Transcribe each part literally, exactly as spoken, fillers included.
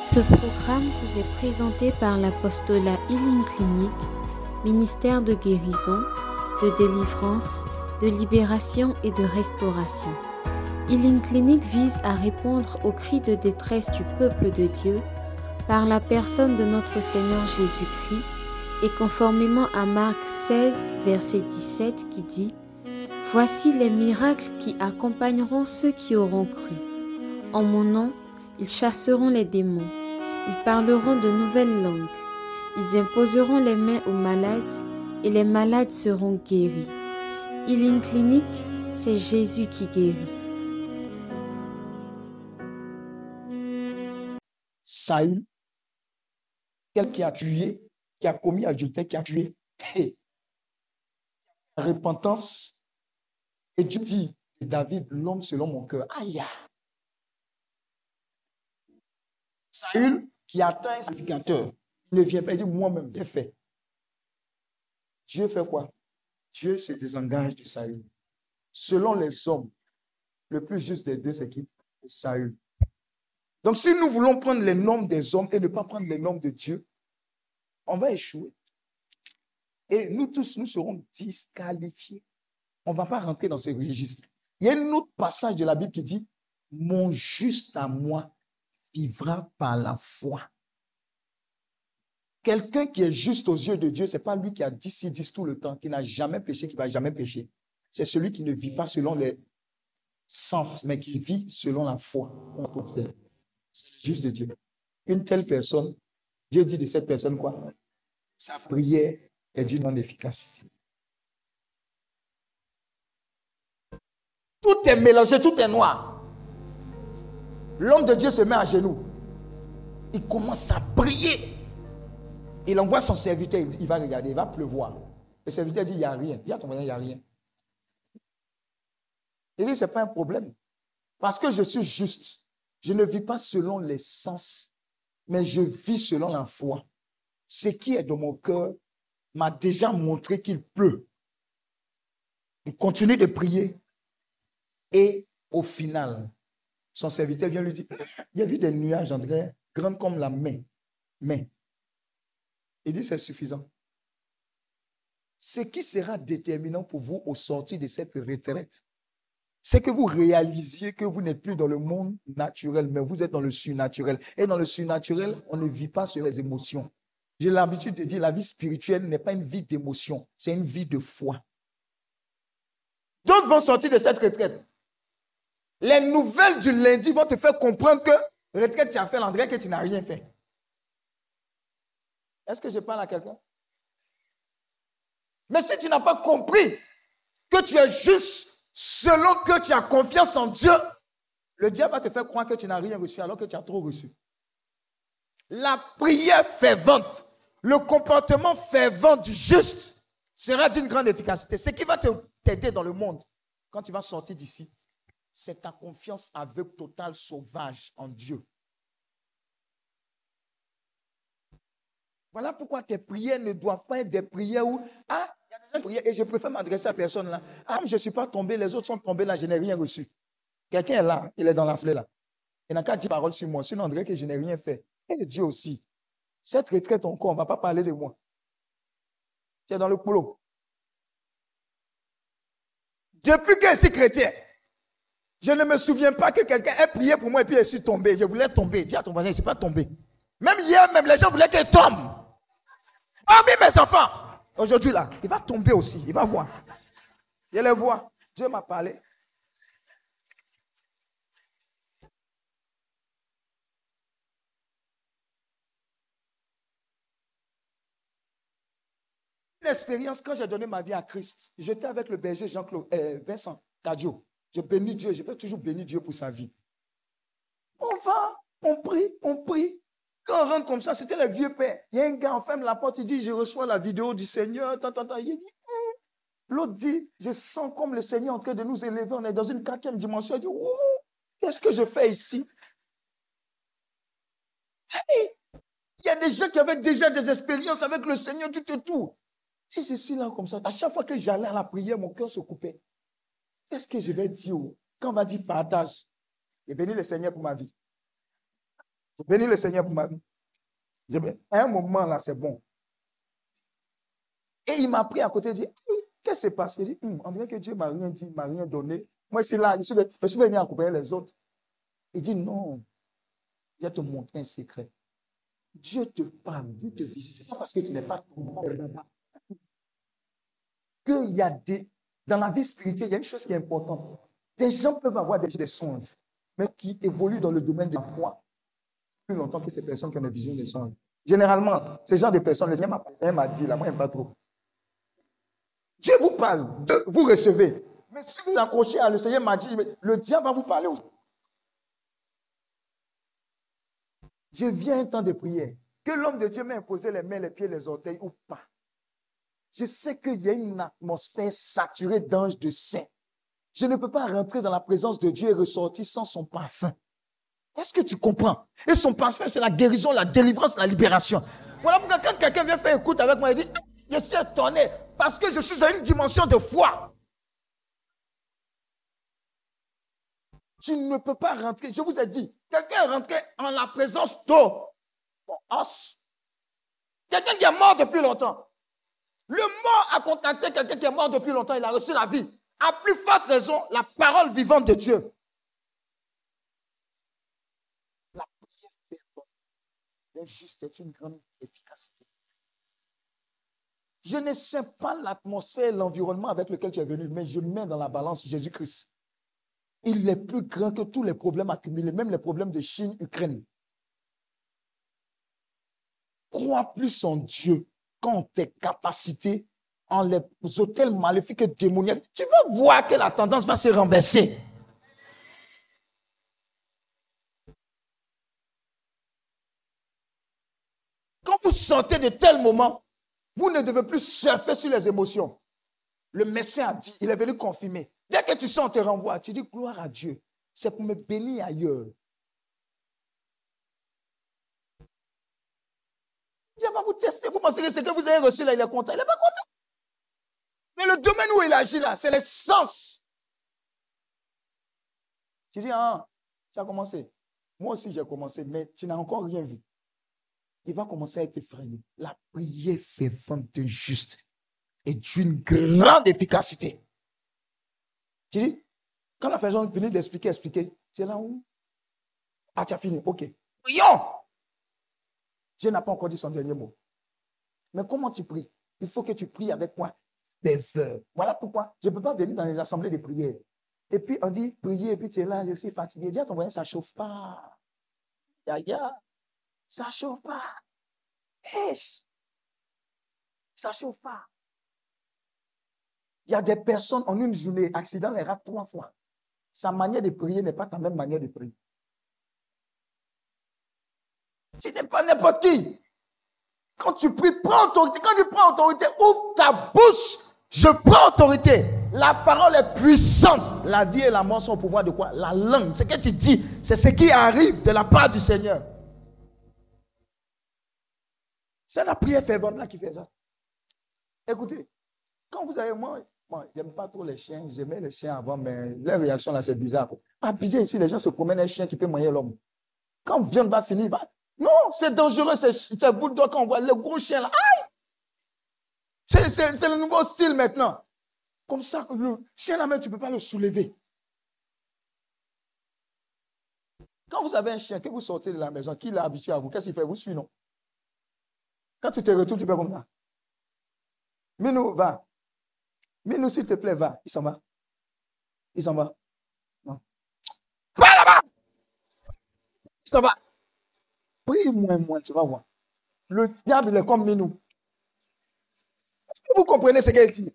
Ce programme vous est présenté par l'apostolat Healing Clinic, ministère de guérison, de délivrance, de libération et de restauration. Healing Clinic vise à répondre aux cris de détresse du peuple de Dieu par la personne de notre Seigneur Jésus-Christ et conformément à Marc seize, verset dix-sept qui dit « Voici les miracles qui accompagneront ceux qui auront cru. En mon nom, ils chasseront les démons, ils parleront de nouvelles langues, ils imposeront les mains aux malades et les malades seront guéris. » Healing Clinic, c'est Jésus qui guérit. Saül, quelqu'un qui a tué, qui a commis adultère, qui a tué, et la repentance, et Dieu dit, David, l'homme selon mon cœur, aïe. Saül, qui atteint un sacrificateur, il ne vient pas, il dit, moi-même, j'ai fait. Dieu fait quoi? Dieu se désengage de Saül. Selon les hommes, le plus juste des deux équipes, c'est Saül. Donc, si nous voulons prendre les normes des hommes et ne pas prendre les normes de Dieu, on va échouer. Et nous tous, nous serons disqualifiés. On ne va pas rentrer dans ce registre. Il y a un autre passage de la Bible qui dit « Mon juste à moi vivra par la foi ». Quelqu'un qui est juste aux yeux de Dieu, ce n'est pas lui qui a dix ci dix tout le temps, qui n'a jamais péché, qui ne va jamais pécher. C'est celui qui ne vit pas selon les sens, mais qui vit selon la foi. C'est juste de Dieu. Une telle personne, Dieu dit de cette personne quoi? Sa prière est d'une grande efficacité. Tout est mélangé, tout est noir. L'homme de Dieu se met à genoux. Il commence à prier. Il envoie son serviteur, il va regarder, il va pleuvoir. Le serviteur dit, il n'y a rien. Il dit à ton voisin, il n'y a rien. Il dit, ce n'est pas un problème. Parce que je suis juste. Je ne vis pas selon les sens, mais je vis selon la foi. Ce qui est dans mon cœur m'a déjà montré qu'il pleut. Il continue de prier. Et au final, son serviteur vient lui dire, il y a vu des nuages, André, grands comme la main. Mais, il dit, c'est suffisant. Ce qui sera déterminant pour vous au sortir de cette retraite, c'est que vous réalisiez que vous n'êtes plus dans le monde naturel, mais vous êtes dans le surnaturel. Et dans le surnaturel, on ne vit pas sur les émotions. J'ai l'habitude de dire, la vie spirituelle n'est pas une vie d'émotion, c'est une vie de foi. D'autres vont sortir de cette retraite. Les nouvelles du lundi vont te faire comprendre que retraite, tu as fait l'André, que tu n'as rien fait. Est-ce que je parle à quelqu'un? Mais si tu n'as pas compris que tu es juste selon que tu as confiance en Dieu, le diable va te faire croire que tu n'as rien reçu alors que tu as trop reçu. La prière fervente, le comportement fervent du juste sera d'une grande efficacité. Ce qui va t'aider dans le monde quand tu vas sortir d'ici, c'est ta confiance aveugle, totale, sauvage en Dieu. Voilà pourquoi tes prières ne doivent pas être des prières où, ah, il y a des gens qui prient et je préfère m'adresser à personne là. Ah, mais je ne suis pas tombé, les autres sont tombés là, je n'ai rien reçu. Quelqu'un est là, il est dans l'assemblée là. Il n'a qu'à dire parole sur moi, sinon André que je n'ai rien fait. Et Dieu aussi. Cette retraite encore, on ne va pas parler de moi. Tu es dans le boulot. Depuis que je suis chrétien, je ne me souviens pas que quelqu'un ait prié pour moi et puis je suis tombé. Je voulais tomber. Dis à ton voisin, je ne suis pas tombé. Même hier, même les gens voulaient qu'il tombe. Parmi mes enfants. Aujourd'hui là, il va tomber aussi. Il va voir. Je les vois. Dieu m'a parlé. Une expérience, quand j'ai donné ma vie à Christ, j'étais avec le berger Jean-Claude, euh, Vincent Cadio. Je bénis Dieu, je peux toujours bénir Dieu pour sa vie. On va, on prie, on prie. Quand on rentre comme ça, c'était le vieux père. Il y a un gars, on ferme la porte, il dit, je reçois la vidéo du Seigneur. Tant, tant, tant. Il dit, hum. L'autre dit, je sens comme le Seigneur est en train de nous élever. On est dans une quatrième dimension. Il dit, oh, qu'est-ce que je fais ici? Hey, il y a des gens qui avaient déjà des expériences avec le Seigneur, tout et tout. Et je suis là comme ça. À chaque fois que j'allais à la prière, mon cœur se coupait. Qu'est-ce que je vais dire? Quand on va dire partage, j'ai béni le Seigneur pour ma vie. Bénis le Seigneur pour ma vie. J'ai dit, à un moment là, c'est bon. Et il m'a pris à côté et dit, qu'est-ce qui se passe? J'ai dit, hum, on dirait que Dieu ne m'a rien dit, ne m'a rien donné. Moi, je suis là, je suis, je suis venu accompagner les autres. Il dit, non, je vais te montrer un secret. Dieu te parle, Dieu te visite. Ce n'est pas parce que tu n'es pas tombé qu'il y a des... Dans la vie spirituelle, il y a une chose qui est importante. Des gens peuvent avoir des, des songes, mais qui évoluent dans le domaine de la foi plus longtemps que ces personnes qui ont des visions des songes. Généralement, ces gens de personnes, le Seigneur m'a dit, là, moi, je n'aime pas trop. Dieu vous parle, de, vous recevez. Mais si vous accrochez à le Seigneur m'a dit, le diable va vous parler aussi. Je viens un temps de prière. Que l'homme de Dieu m'ait imposé les mains, les pieds, les orteils ou pas. Je sais qu'il y a une atmosphère saturée d'anges de saints. Je ne peux pas rentrer dans la présence de Dieu et ressortir sans son parfum. Est-ce que tu comprends? Et son parfum, c'est la guérison, la délivrance, la libération. Voilà pourquoi quand quelqu'un vient faire écoute avec moi, il dit, je suis étonné parce que je suis à une dimension de foi. Tu ne peux pas rentrer. Je vous ai dit, quelqu'un est rentré en la présence d'eau. Bon, os. Quelqu'un qui est mort depuis longtemps. Le mort a contacté quelqu'un qui est mort depuis longtemps. Il a reçu la vie. À plus forte raison, la parole vivante de Dieu. La prière fervente d'un juste est une grande efficacité. Je ne sais pas l'atmosphère, l'environnement avec lequel tu es venu, mais je mets dans la balance Jésus-Christ. Il est plus grand que tous les problèmes accumulés, même les problèmes de Chine, Ukraine. Crois plus en Dieu qu'en tes capacités, en les hôtels maléfiques et démoniaques. Tu vas voir que la tendance va se renverser. Quand vous sortez de tels moments, vous ne devez plus surfer sur les émotions. Le médecin a dit, il est venu confirmer. Dès que tu sens, on te renvoie. Tu dis, gloire à Dieu. C'est pour me bénir ailleurs. Dieu va vous tester. Vous pensez que ce que vous avez reçu là, il est content. Il n'est pas content. Mais le domaine où il agit là, c'est les sens. Tu dis, ah, tu as commencé. Moi aussi, j'ai commencé, mais tu n'as encore rien vu. Il va commencer à être effrayé. La prière fervente de juste est d'une grande efficacité. Tu dis, quand la personne finit d'expliquer, expliquer, tu es là où? Ah, tu as fini, ok. Prions! Dieu n'a pas encore dit son dernier mot. Mais comment tu pries? Il faut que tu pries avec moi. Ferveur. Voilà pourquoi je ne peux pas venir dans les assemblées de prière. Et puis on dit, prier, et puis tu es là, je suis fatigué. Dis à ton voisin, ça ne chauffe pas. Ya, ya. Ça ne chauffe pas. Hey. Ça ne chauffe pas. Il y a des personnes en une journée, accident les rate trois fois. Sa manière de prier n'est pas ta même manière de prier. Tu n'es pas n'importe qui. Quand tu pries, prends autorité. Quand tu prends autorité, ouvre ta bouche. Je prends autorité. La parole est puissante. La vie et la mort sont au pouvoir de quoi? La langue. Ce que tu dis, c'est ce qui arrive de la part du Seigneur. C'est la prière fervente là qui fait ça. Écoutez, quand vous avez, moi, moi j'aime pas trop les chiens. J'aimais les chiens avant, mais leur réaction là, c'est bizarre. À Bidjan, ici, les gens se promènent un chien qui peut moyer l'homme. Quand viande va finir, va. Non, c'est dangereux, c'est bulldog quand on voit le gros chien là. Aïe! C'est le nouveau style maintenant. Comme ça, le chien là même, tu ne peux pas le soulever. Quand vous avez un chien, que vous sortez de la maison, qui l'a habitué à vous, qu'est-ce qu'il fait? Vous suivez, non? Quand tu te retournes, tu fais comme ça. Minou, va. Minou, s'il te plaît, va. Il s'en va. Il s'en va. Non. Va là-bas! Il s'en va. Prie moins, moins, tu vas voir. Le diable, il est comme Minou. Est-ce que vous comprenez ce qu'elle dit?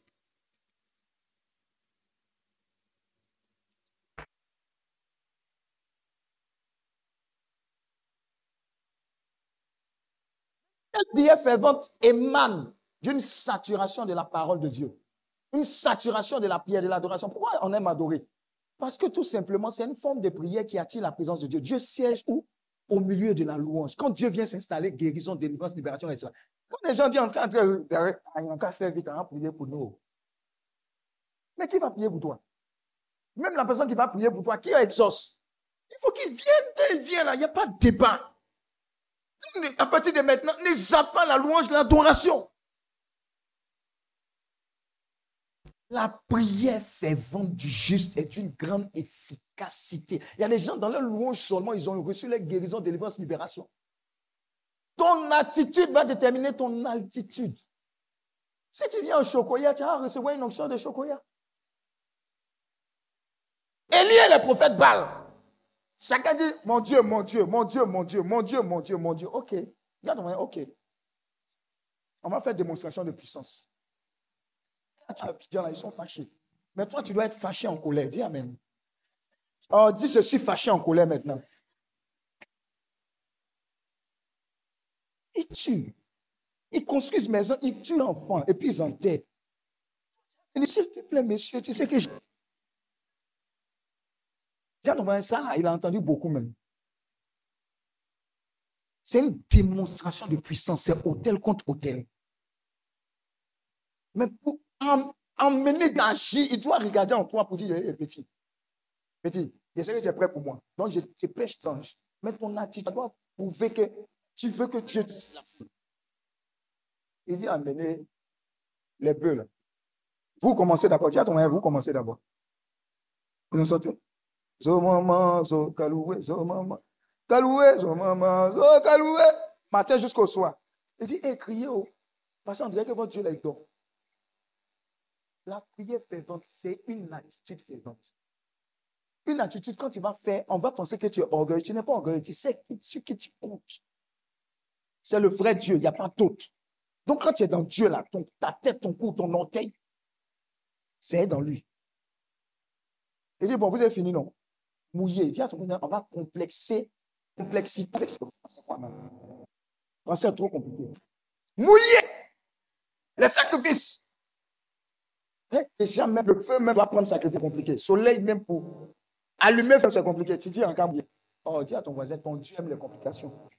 Cette prière fervente émane d'une saturation de la parole de Dieu. Une saturation de la prière, de l'adoration. Pourquoi on aime adorer? Parce que tout simplement, c'est une forme de prière qui attire la présence de Dieu. Dieu siège où? Au milieu de la louange. Quand Dieu vient s'installer, guérison, délivrance, libération, et cetera. Quand les gens disent en train de faire, on va faire vite, on va prier pour nous. Mais qui va prier pour toi? Même la personne qui va prier pour toi, qui exauce? Il faut qu'il vienne, il vient là, il n'y a pas de débat. À partir de maintenant, ne zappe pas la louange, l'adoration. La prière fervente du juste est d'une grande efficacité. Il y a des gens dans leur louange seulement, ils ont reçu la guérison, délivrance, libération. Ton attitude va déterminer ton altitude. Si tu viens au Chocoya, tu vas recevoir une onction de Chocoya. Élie est le prophète Baal. Chacun dit, mon Dieu, mon Dieu, mon Dieu, mon Dieu, mon Dieu, mon Dieu, mon Dieu. Ok. Regarde, ok. On va faire démonstration de puissance. Là, ils sont fâchés. Mais toi, tu dois être fâché en colère. Dis Amen. Oh, dis, je suis fâché en colère maintenant. Ils tuent. Ils construisent maison, ils tuent l'enfant et puis ils enterrent. Il dit, s'il te plaît, monsieur, tu sais que je... Ça, il a entendu beaucoup même. C'est une démonstration de puissance. C'est hôtel contre hôtel. Mais pour emmener d'agir, il doit regarder en toi pour dire, hey, petit, petit, je sais que tu es prêt pour moi. Donc, je te pêche d'ange. Mais ton attitude doit prouver que tu veux que Dieu te la foule. Il dit, emmenez les bœufs là. Vous commencez d'abord. Tu as ton moyen, vous commencez d'abord. Nous sortons. Zo maman, zo kaloué, zo maman. Kaloué, zo maman, zo kaloué. Matin jusqu'au soir. Il dit, hé, criez, oh. Parce qu'on dirait que votre Dieu là, il dort. La prière fervente, c'est une attitude fervente. Une attitude, quand tu vas faire, on va penser que tu es orgueilleux. Tu n'es pas orgueilleux, tu sais ce que tu comptes. C'est le vrai Dieu, il n'y a pas d'autre. Donc, quand tu es dans Dieu, là, ton, ta tête, ton cou, ton orteil, c'est dans lui. Il dit, bon, vous avez fini, non? Mouillé. Il dit, on va complexer, complexité. C'est trop compliqué. Mouillé. Les sacrifices. Déjà, même le feu même va prendre sacrifice compliqué. Soleil, même pour allumer, c'est compliqué. Tu dis encore, oh, dis à ton voisin, ton Dieu aime les complications.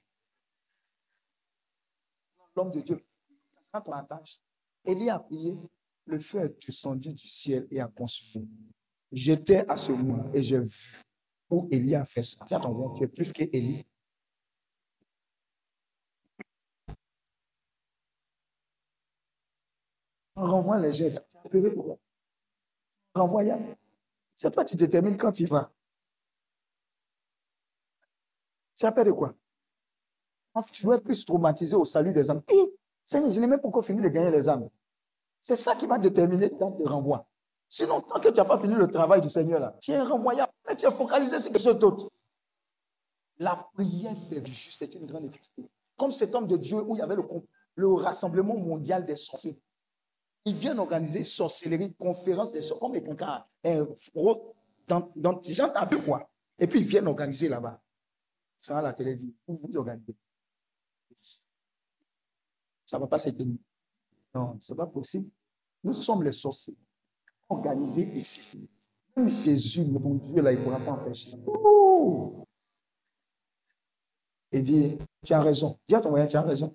L'homme de Dieu, ça sera ton attache. Élie a prié, le feu est descendu du ciel et a consumé. J'étais à ce moment et j'ai vu où Élie a fait ça. Tiens, ton voisin, tu es plus qu'Élie. On renvoie les jets. Renvoie. C'est toi qui détermines quand il va. Ça appelle de quoi? Tu dois être plus traumatisé au salut des âmes. Et, Seigneur, je n'ai même pas encore fini de gagner les âmes. C'est ça qui va déterminer tant de renvoi. Sinon, tant que tu n'as pas fini le travail du Seigneur, là, tu es renvoyable, mais tu es focalisé sur quelque chose d'autre. La prière fait du juste est une grande efficacité. Comme cet homme de Dieu où il y avait le, le rassemblement mondial des sorciers. Ils viennent organiser sorcellerie, conférence des sorciers, comme les cancans, dans, dans, gens t'as vu quoi? Et puis ils viennent organiser là-bas. Ça à la télévision. Vous vous organisez. Ça ne va pas s'éteindre. Non, ce n'est pas possible. Nous sommes les sorciers. Organisés ici. Même Jésus, mon Dieu, là, il ne pourra pas empêcher. Ouh. Et dit, tu as raison. Dis à ton voisin, tu as raison.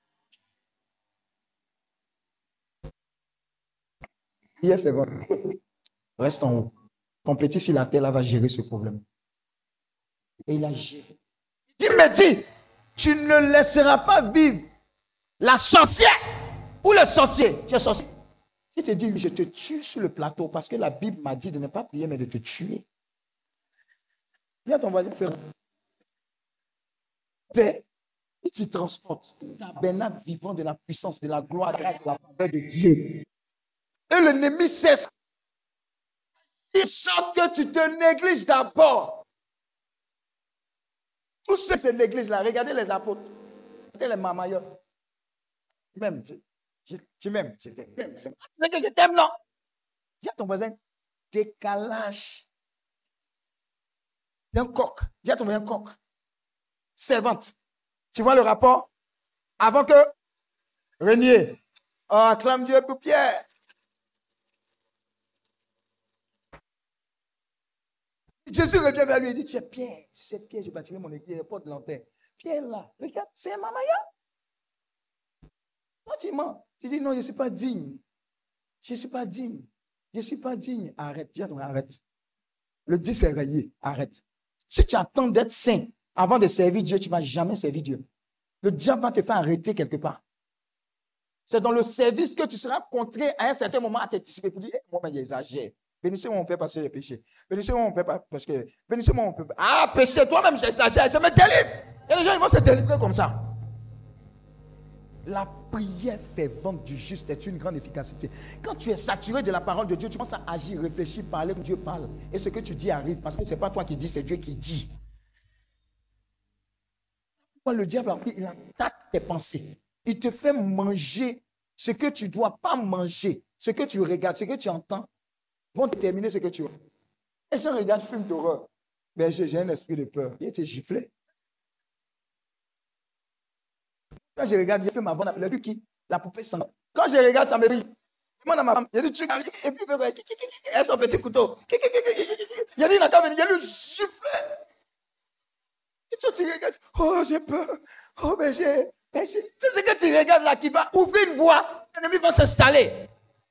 Il est fait bon. Reste en haut. Ton petit, si la terre là va gérer ce problème. Et il a géré. Il dit, mais dis, tu ne laisseras pas vivre la sorcière ou le sorcier. Tu es sorcier. Si tu dis, je te tue sur le plateau parce que la Bible m'a dit de ne pas prier, mais de te tuer. Viens ton voisin faire. Fais. Et tu transportes ta tabernacle vivant de la puissance, de la gloire, de la faveur de Dieu. Et l'ennemi cesse. Il chante que tu te négliges d'abord. Tous ceux qui se négligent là, regardez les apôtres. C'était les mamailleurs. Même, je, je, tu m'aimes, je t'aime. Tu sais que je t'aime, non? Dis à ton voisin, décalage d'un coq. Dis à ton voisin, coq. Servante. Tu vois le rapport? Avant que Régnier, oh, acclame Dieu pour Pierre. Jésus revient vers lui et dit, tu es Pierre. Sur cette pierre, je bâtirai mon église, les portes de l'enfer. Pierre là, regarde, c'est un mamaya. Pratiquement. Tu dis, non, je ne suis pas digne. Je ne suis pas digne. Je ne suis pas digne. Arrête, dis arrête. Le dit c'est rayé, arrête. Si tu attends d'être saint avant de servir Dieu, tu ne vas jamais servir Dieu. Le diable va te faire arrêter quelque part. C'est dans le service que tu seras contraint à un certain moment à t'anticiper pour dire, eh, moi, mais j'exagère. Bénissez-moi mon Père parce que j'ai péché. Bénissez-moi mon Père parce que... Bénissez-moi mon Père. Ah, péché, toi-même, j'exagère. Je me délivre. Et les gens, ils vont se délivrer comme ça. La prière fervente du juste est une grande efficacité. Quand tu es saturé de la parole de Dieu, tu commences à agir, réfléchir, parler comme Dieu parle. Et ce que tu dis arrive parce que ce n'est pas toi qui dis, c'est Dieu qui dit. Pourquoi le diable, il attaque tes pensées? Il te fait manger ce que tu ne dois pas manger. Ce que tu regardes, ce que tu entends, vont déterminer ce que tu as. Et je regarde film d'horreur. Mais j'ai un esprit de peur. Il était giflé. Quand je regarde, j'ai fait ma bonne appel. Qui? La poupée sang. Quand je regarde, ça me rit. Je demande à ma femme, il y a du truc, et puis elle a son petit couteau. Il y a dit, il n'a qu'à venir, il y a lui giflé. Et toi, tu regardes, oh, j'ai peur. Oh, mais j'ai. C'est ce que tu regardes là qui va ouvrir une voie. L'ennemi va s'installer.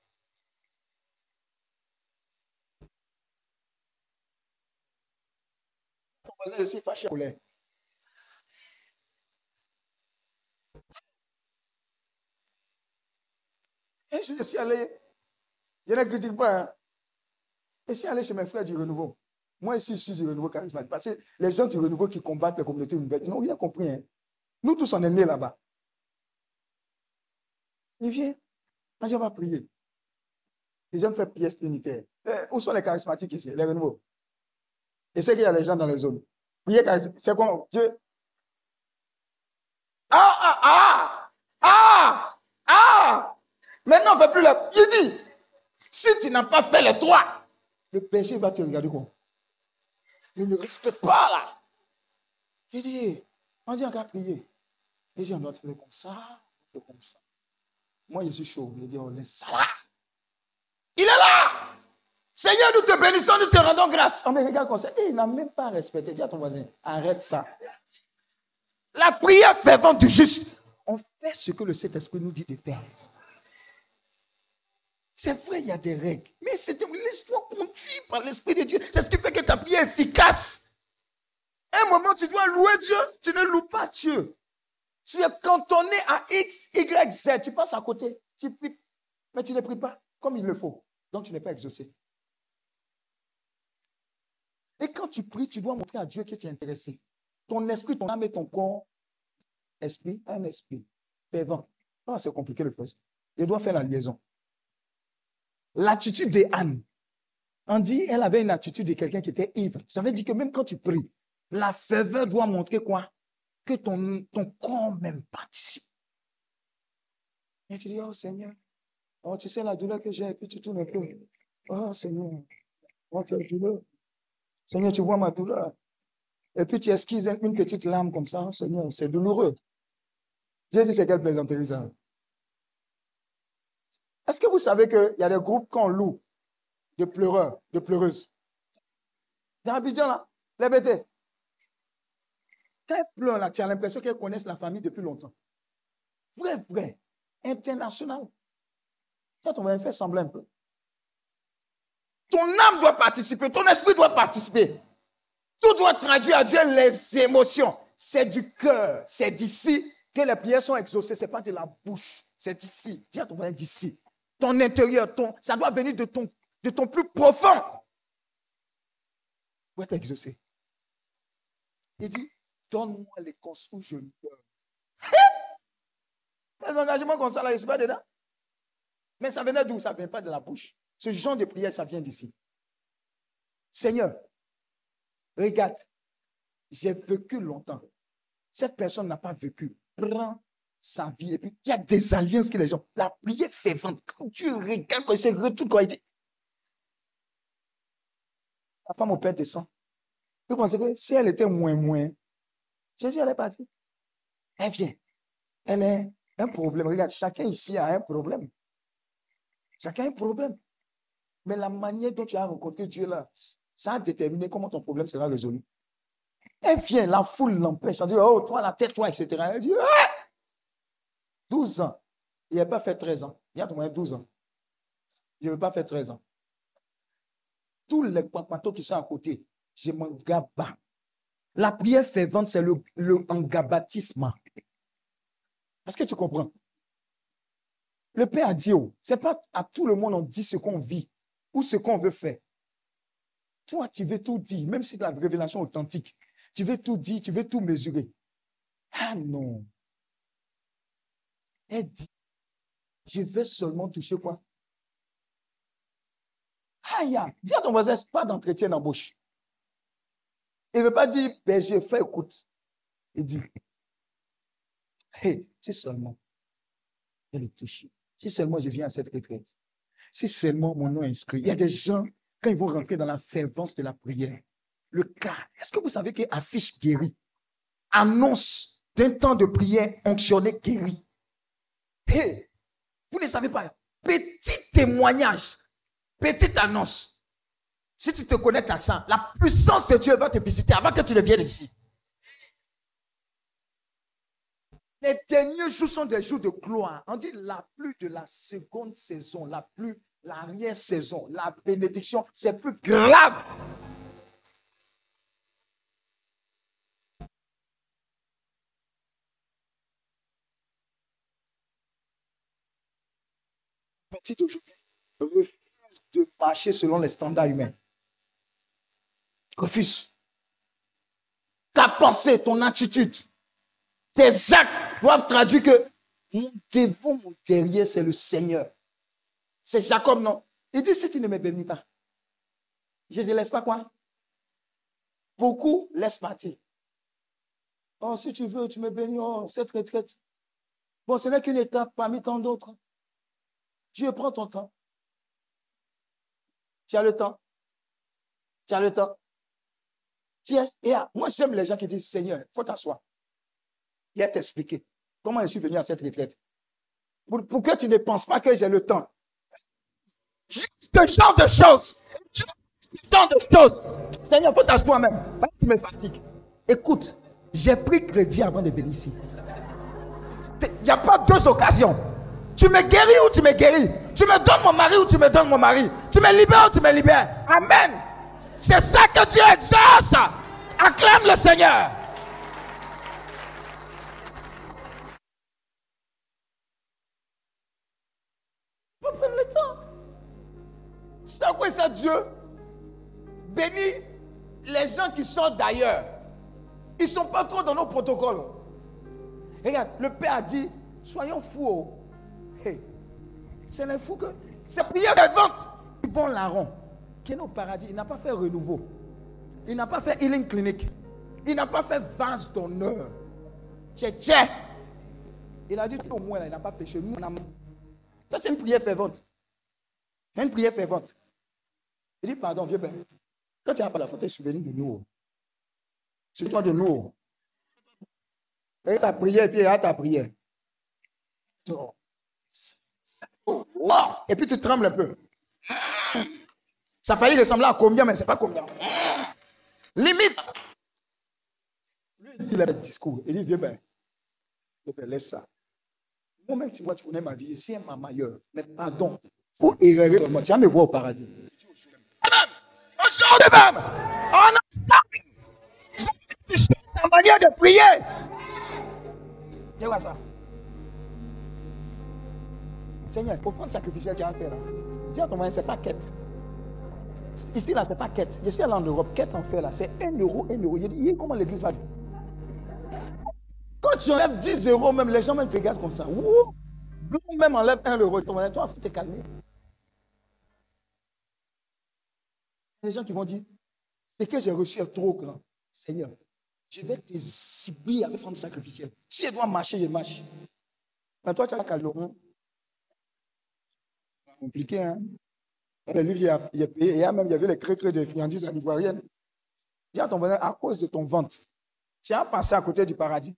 Ton voisin est aussi fâché. Et je suis allé, je ne critique pas. Hein. Je suis allé chez mes frères du renouveau. Moi, ici, je suis du renouveau charismatique. Parce que les gens du renouveau qui combattent les communautés nouvelles, ils n'ont rien compris. Hein. Nous tous, on est nés là-bas. Il vient. Quand on va prier. Les gens font pièce trinitaire. Euh, où sont les charismatiques ici, les renouveaux? Et c'est qu'il y a les gens dans les zones. Prier charismatique, c'est quoi? Dieu. Ah, ah, ah, ah, ah. Maintenant, on ne fait plus la. Il dit, si tu n'as pas fait les trois, le péché va te regarder quoi? Il ne respecte pas là. Il dit, on dit encore prier. Il dit, on doit faire comme ça, on fait comme ça. Moi, je suis chaud. Il dit, on laisse ça là. Il est là. Seigneur, nous te bénissons, nous te rendons grâce. On me regarde comme ça. Et il n'a même pas respecté. Dis à ton voisin, arrête ça. La prière fervente du juste. On fait ce que le Saint-Esprit nous dit de faire. C'est vrai, il y a des règles. Mais laisse-toi conduire par l'Esprit de Dieu. C'est ce qui fait que ta prière est efficace. À un moment, tu dois louer Dieu. Tu ne loues pas Dieu. Tu es cantonné à X, Y, Z. Tu passes à côté. Tu pries. Mais tu ne pries pas comme il le faut. Donc, tu n'es pas exaucé. Et quand tu pries, tu dois montrer à Dieu que tu es intéressé. Ton esprit, ton âme et ton corps. Esprit, un esprit. Fervent. Oh, c'est compliqué le fait. Je dois faire la liaison. L'attitude d'Anne. On dit, elle avait une attitude de quelqu'un qui était ivre. Ça veut dire que même quand tu pries, la ferveur doit montrer quoi? Que ton, ton corps même participe. Et tu dis, oh Seigneur, oh, tu sais la douleur que j'ai, et puis tu tournes un peu. Oh Seigneur, oh quelle douleur. Seigneur, tu vois ma douleur. Et puis tu esquises une petite larme comme ça. Oh Seigneur, c'est douloureux. Dieu dit, c'est quelle plaisanterie ça? Est-ce que vous savez qu'il y a des groupes qu'on loue de pleureurs, de pleureuses? Dans Abidjan, là, les bêtés. Quand elles pleurent, là, tu as l'impression qu'elles connaissent la famille depuis longtemps. Vrai, vrai. International. Quand on va faire sembler un peu. Ton âme doit participer, ton esprit doit participer. Tout doit traduire à Dieu les émotions. C'est du cœur, c'est d'ici que les prières sont exaucées. Ce n'est pas de la bouche, c'est d'ici. Dis à ton voisin d'ici. Ton intérieur, ton, ça doit venir de ton, de ton plus profond. Pour être exaucé. Il dit, donne-moi les causes où je pleure. Les engagements comme ça, là, ils ne sont pas dedans. Mais ça venait d'où? Ça ne vient pas de la bouche. Ce genre de prière, ça vient d'ici. Seigneur, regarde, j'ai vécu longtemps. Cette personne n'a pas vécu. Prends sa vie. Et puis, il y a des alliances que les gens... La prière fervente, quand tu regardes, quand c'est retour, quand il dit... La femme au père de sang. Vous pensez que si elle était moins, moins, Jésus, elle est partie. Elle vient. Elle a un problème. Regarde, chacun ici a un problème. Chacun a un problème. Mais la manière dont tu as rencontré Dieu là, ça a déterminé comment ton problème sera résolu. Elle vient, la foule l'empêche. Elle dit, oh, toi, la tête, toi, et cetera. Elle dit, ah! douze ans. Il n'a pas fait treize ans. Il y a au moins douze ans. Je ne veux pas faire treize ans. Tous les papatos qui sont à côté, je m'engaba. La prière fervente, c'est le, le engabatisme. Est-ce que tu comprends? Le Père a dit, oh, ce n'est pas à tout le monde on dit ce qu'on vit ou ce qu'on veut faire. Toi, tu veux tout dire, même si c'est la révélation authentique. Tu veux tout dire, tu veux tout mesurer. Ah non. Elle dit, je vais seulement toucher quoi? Aïe, dis à ton voisin, ce n'est pas d'entretien d'embauche. Il ne veut pas dire, ben, j'ai fait, écoute. Il dit, hey, si seulement je le touche, si seulement je viens à cette retraite, si seulement mon nom est inscrit. Il y a des gens, quand ils vont rentrer dans la fervence de la prière, le cas, est-ce que vous savez qu'affiche guérie, annonce d'un temps de prière onctionné guéri? Hey, vous ne savez pas, petit témoignage, petite annonce. Si tu te connectes à ça, la puissance de Dieu va te visiter avant que tu ne viennes ici. Les derniers jours sont des jours de gloire. On dit la pluie de la seconde saison, la pluie, l'arrière-saison, la bénédiction, c'est plus grave. Petit aujourd'hui, refuse de marcher selon les standards humains. Refuse. Ta pensée, ton attitude, tes actes doivent traduire que mon devant, mon derrière, c'est le Seigneur. C'est Jacob, non? Il dit, si tu ne me bénis pas, je ne te laisse pas quoi? Beaucoup laissent partir. Oh, si tu veux, tu me bénis, oh, cette retraite. Bon, ce n'est qu'une étape parmi tant d'autres. Dieu, prends ton temps. Tu as le temps. Tu as le temps. Tu as... Et moi, j'aime les gens qui disent, Seigneur, il faut t'asseoir. Il a t'expliqué comment je suis venu à cette retraite. Pour, pour que tu ne penses pas que j'ai le temps. Juste ce genre de choses. Juste ce genre de choses. Seigneur, faut t'asseoir même. Tu me fatigues. Écoute, j'ai pris crédit avant de venir ici. Il n'y a pas deux occasions. Tu me guéris ou tu me guéris. Tu me donnes mon mari ou tu me donnes mon mari. Tu me libères ou tu me libères. Amen. C'est ça que Dieu exauce. Acclame le Seigneur. On va prendre le temps. C'est à quoi ça, Dieu bénit les gens qui sortent d'ailleurs. Ils ne sont pas trop dans nos protocoles. Regarde, le Père a dit, soyons fous. Hey, c'est les fous que... C'est prière fervente. Bon larron, qui est au paradis, il n'a pas fait renouveau. Il n'a pas fait healing clinique. Il n'a pas fait vase d'honneur. Tché, il a dit au moins, là, il n'a pas péché. Nous, on a... Ça, c'est une prière fervente. C'est une prière fervente. Il dit, pardon, vieux père. Quand tu n'as pas la faute, tu es souvenu de nous. Souviens-toi de nous. Et ta prière, et puis il y a ta prière. Oh. Wow. Et puis tu trembles un peu. Ça a failli ressembler à combien, mais ce n'est pas combien. Limite. Lui, il dit le discours. Il dit, vieux père, laisse ça. Moi-même, tu vois, tu connais ma vie. C'est un mailleur. Mais pardon. Il faut errer. Tu vas me voir au paradis. Aujourd'hui même, on a ta manière de prier. Tu vois ça? Seigneur, offrande sacrificielle que tu as fait là. Dis à ton moyen, c'est pas quête. Ici là, c'est pas quête. Je suis allé en Europe, quête en fait là, c'est un euro, un euro. Je dis, comment l'église va vivre? Quand tu enlèves dix euros, même les gens même te regardent comme ça. Ouh, même enlève un euro, ton moyen, toi, il faut te calmer. Les gens qui vont dire, c'est que j'ai reçu est trop grand. Seigneur, je vais te cibler avec offrande sacrificielle. Si je dois marcher, je marche. Mais toi, tu as calme. Compliqué, hein? Le livre, il y a, il y a payé. Il y a même, il y avait les crêtres de friandises à l'ivoirienne. Dis à ton voisin, à cause de ton ventre, tu as passé à côté du paradis.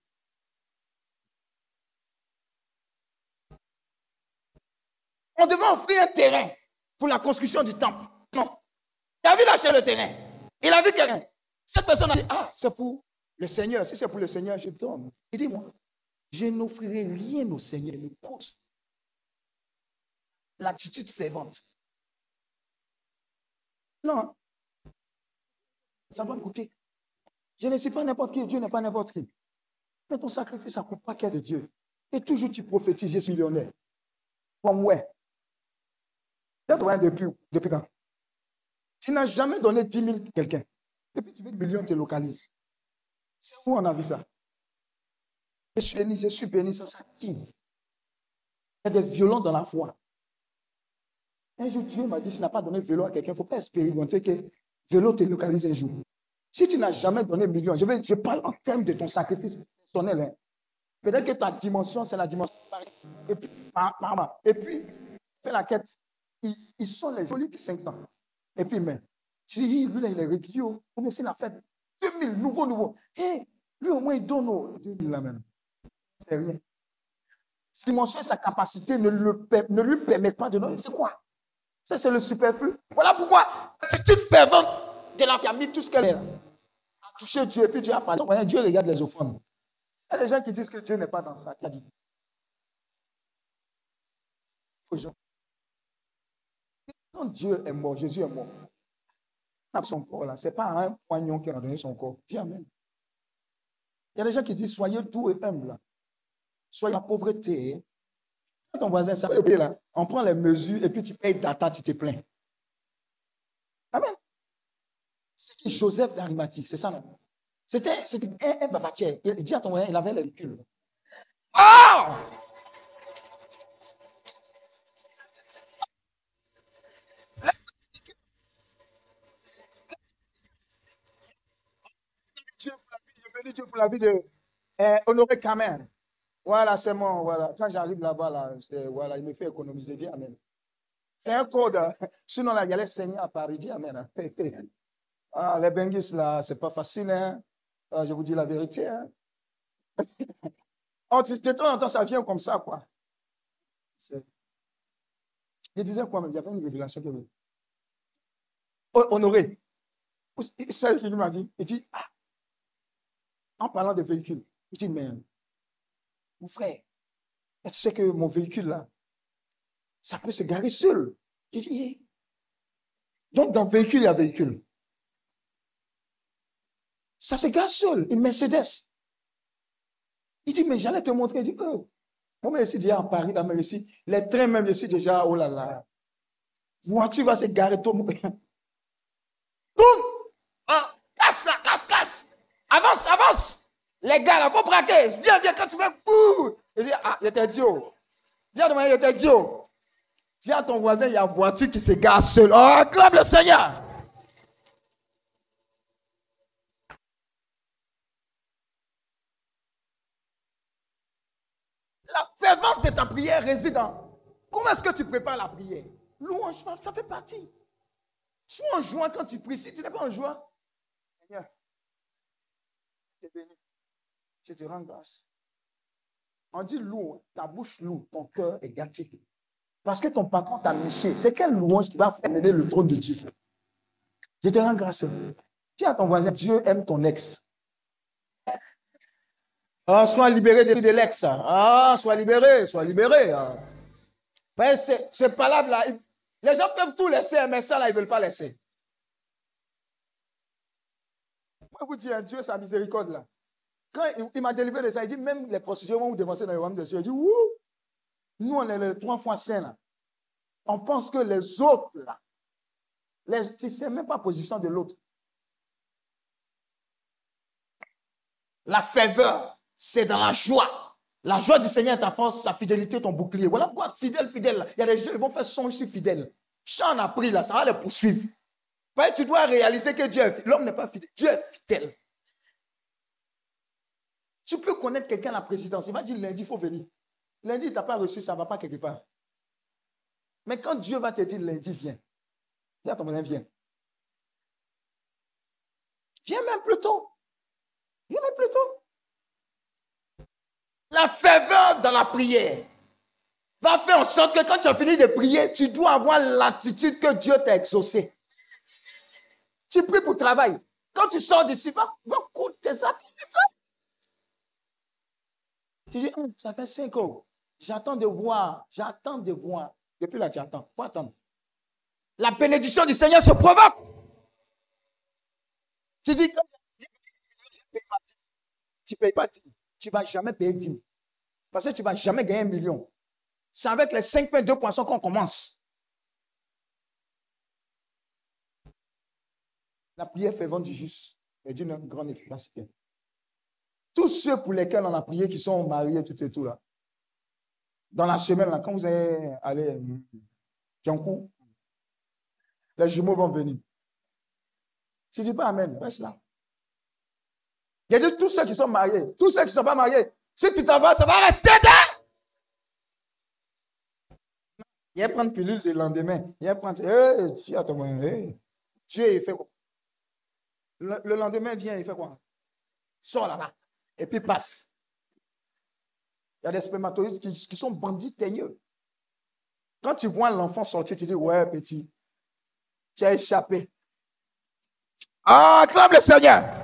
On devait offrir un terrain pour la construction du temple. Non. Il a vu lâcher le terrain. Il a vu quelqu'un. Cette personne a dit, ah, c'est pour le Seigneur. Si c'est pour le Seigneur, je donne. Il dit, moi, je n'offrirai rien au Seigneur. Ne compte. L'attitude fervente. Non. Ça va me coûter. Je ne suis pas n'importe qui. Dieu n'est pas n'importe qui. Mais ton sacrifice, ça ne coûte pas qu'à de Dieu. Et toujours tu prophétises, je suis millionnaire. From where? Depuis, depuis quand? Tu n'as jamais donné dix mille à quelqu'un. Et puis tu veux que million te localise. C'est où on a vu ça? Je suis béni, je suis béni, ça s'active. Il y a des violents dans la foi. Un jour, Dieu m'a dit, si tu n'as pas donné vélo à quelqu'un, il ne faut pas expérimenter que vélo te localise un jour. Si tu n'as jamais donné million, je, vais, je parle en termes de ton sacrifice personnel. Hein. Peut-être que ta dimension, c'est la dimension. Et puis, et puis fais la quête. Ils, ils sont les jolis qui cinq cents. Et puis, mais, tu dis, lui, là, il est régulier. On essaie la fête. deux mille, nouveau, nouveau. Hé, lui, au moins, il donne aux deux mille là même. C'est rien. Si dimension, sa capacité ne, le, ne lui permet pas de donner. C'est quoi? Ça, c'est le superflu. Voilà pourquoi l'attitude fervente de la famille, tout ce qu'elle est là, a touché Dieu, et puis Dieu a parlé. Donc, Dieu regarde les offrandes. Il y a des gens qui disent que Dieu n'est pas dans ça. Qui a dit? Quand Dieu est mort, Jésus est mort. Son corps là, ce n'est pas un poignon qui a donné son corps. Dis amen. Il y a des gens qui disent soyez doux et humble. Soyez la pauvreté. Quand ton voisin, ça va là, on prend les mesures et puis tu payes data, tu te plains. Amen. C'est qui Joseph d'Arimathie, c'est ça non? C'était un, un babatier. Il dit à ton voisin, il avait le recul. Oh! Je bénis Dieu pour la vie de euh, Honoré Kamen. Voilà, c'est mon, voilà. Quand j'arrive là-bas, là, voilà, il me fait économiser. Dis amen. C'est un code. Sinon, là, il y a les seigneurs à Paris. Dis amen. Ah, les benguis, là, c'est pas facile. Hein? Ah, je vous dis la vérité. Hein? Oh, de temps en temps, ça vient comme ça, quoi. Je disais quoi même? Il y avait une révélation. Que... Oh, Honoré. Celle qui m'a dit, il dit, ah, en parlant de véhicules, il dit, mais mon frère, tu sais que mon véhicule là, ça peut se garer seul. Je dis, donc dans le véhicule, il y a véhicule. Ça se gare seul, une Mercedes. Il dit, mais j'allais te montrer. Il dit, oh, moi, je suis déjà à Paris, là, mais ici, les trains même, je suis déjà, oh là là. Voiture va se garer, tout le monde. Boum! Ah, casse là, casse, casse! Avance, avance! Les gars, là, faut braquer. Viens, viens, quand tu veux. Ouh! Il dit, ah, il était Dieu. Viens demain, il était Dieu. Dis à ton voisin, il y a une voiture qui se gare seule. Oh, acclame le Seigneur. La fervence de ta prière réside en... Comment est-ce que tu prépares la prière? Louange, ça fait partie. Sois en joie quand tu pries. Si tu n'es pas en joie, Seigneur, je te bénis. Je te rends grâce. On dit loue, ta bouche loue, ton cœur est gâté. Parce que ton patron t'a niché. C'est quelle louange qui va faire mener le trône de Dieu? Je te rends grâce. Dis à ton voisin, Dieu aime ton ex. Ah, sois libéré de, de l'ex. Ah, sois libéré, sois libéré. Ah. Ben, c'est pas là, là. Les gens peuvent tout laisser, mais ça, là, ils ne veulent pas laisser. Moi, vous dis, Dieu, sa miséricorde, là. Quand il, il m'a délivré de ça, il dit, même les prostituées vont vous dévancer dans le royaume de Dieu. Il dit, ouh, nous, on est les trois fois saints, là. On pense que les autres, là, les, tu ne sais même pas la position de l'autre. La faveur, c'est dans la joie. La joie du Seigneur est ta force, sa fidélité, ton bouclier. Voilà pourquoi, fidèle, fidèle, là. Il y a des gens, ils vont faire son ici fidèle. Chant a pris, là, ça va les poursuivre. Parce que tu dois réaliser que Dieu est fidèle. L'homme n'est pas fidèle, Dieu est fidèle. Tu peux connaître quelqu'un à la présidence. Il va dire lundi, il faut venir. Lundi, il t'a pas reçu, ça ne va pas quelque part. Mais quand Dieu va te dire lundi, viens. Viens, ton voisin, viens. Viens même plus tôt. Viens même plus tôt. La ferveur dans la prière va faire en sorte que quand tu as fini de prier, tu dois avoir l'attitude que Dieu t'a exaucé. Tu pries pour travail. Quand tu sors d'ici, va, va coudre tes habits. Tu dis, hum, ça fait cinq ans. J'attends de voir. J'attends de voir. Depuis là, tu attends. Faut attendre. La bénédiction du Seigneur se provoque. Tu dis, tu ne payes pas. Tu ne vas jamais payer dîme. Parce que tu ne vas jamais gagner un million. C'est avec les cinq pains, deux poissons qu'on commence. La prière fervente du juste est d'une grande efficacité. Tous ceux pour lesquels on a prié qui sont mariés, tout et tout là. Dans la semaine, là, quand vous allez aller Kiankou, les jumeaux vont venir. Tu ne dis pas Amen, reste là. Il y a dit tous ceux qui sont mariés, tous ceux qui ne sont pas mariés, si tu t'en vas, ça va rester là. Il va prendre pilule le lendemain. Il va prendre. Hey, tu as ton moyen. Hey. Dieu, il fait quoi? Le, le lendemain, vient, il fait quoi? Sors là-bas. Et puis passe. Il y a des spermatozoïdes qui, qui sont bandits teigneux. Quand tu vois l'enfant sortir, tu dis, ouais, petit, tu as échappé. Ah, acclame le Seigneur.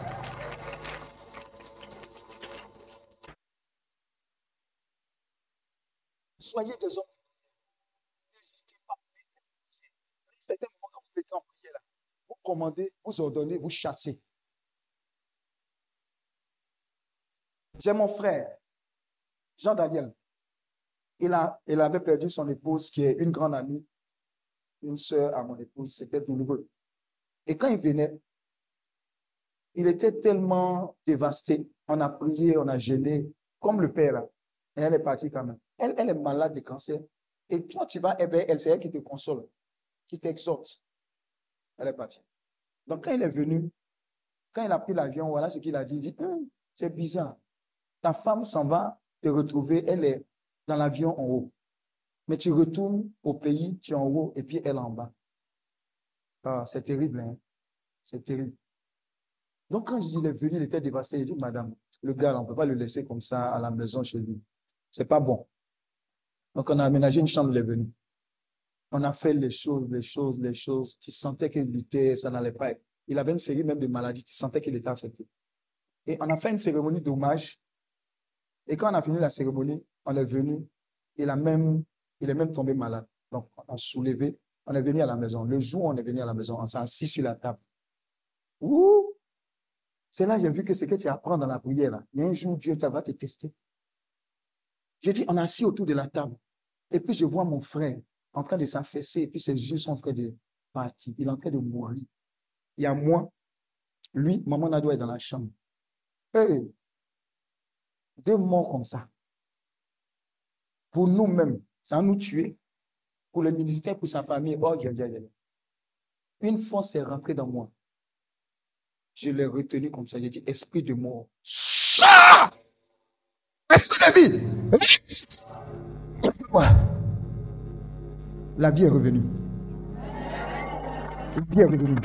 Soyez des hommes. N'hésitez pas. Certains moments, quand vous mettez en prière, là, vous commandez, vous ordonnez, vous chassez. J'ai mon frère, Jean-Daniel. Il, a, il avait perdu son épouse, qui est une grande amie, une sœur à mon épouse, c'était douloureux. Et quand il venait, il était tellement dévasté. On a prié, on a gêné, comme le père. Et elle est partie quand même. Elle, elle est malade de cancer. Et toi, tu vas vers elle, c'est elle qui te console, qui t'exhorte. Elle est partie. Donc, quand il est venu, quand il a pris l'avion, voilà ce qu'il a dit. Il dit, hm, c'est bizarre. Ta femme s'en va te retrouver, elle est dans l'avion en haut. Mais tu retournes au pays, tu es en haut, et puis elle en bas. Ah, c'est terrible, hein? C'est terrible. Donc, quand il est venu, il était dévasté. Il dit, madame, le gars, on ne peut pas le laisser comme ça à la maison chez lui. C'est pas bon. Donc, on a aménagé une chambre, il est venu. On a fait les choses, les choses, les choses. Tu sentais qu'il luttait, ça n'allait pas. Il avait une série même de maladies. Tu sentais qu'il était affecté. Et on a fait une cérémonie d'hommage. Et quand on a fini la cérémonie, on est venu. Il, a même, il est même tombé malade. Donc, on a soulevé. On est venu à la maison. Le jour où on est venu à la maison, on s'est assis sur la table. Ouh! C'est là que j'ai vu que ce que tu apprends dans la prière, là, il y a un jour, Dieu va te tester. J'ai dit, on est assis autour de la table. Et puis, je vois mon frère en train de s'affaisser. Et puis, ses yeux sont en train de partir. Il est en train de mourir. Il y a moi, lui, maman Nado est dans la chambre. Hey, deux morts comme ça. Pour nous-mêmes, ça va nous tuer. Pour le ministère, pour sa famille. Oh, Dieu, Dieu, Dieu. Une force est rentrée dans moi. Je l'ai retenu comme ça. J'ai dit, esprit de mort. Ça! Esprit de vie! Ouais. La vie est revenue. La vie est revenue.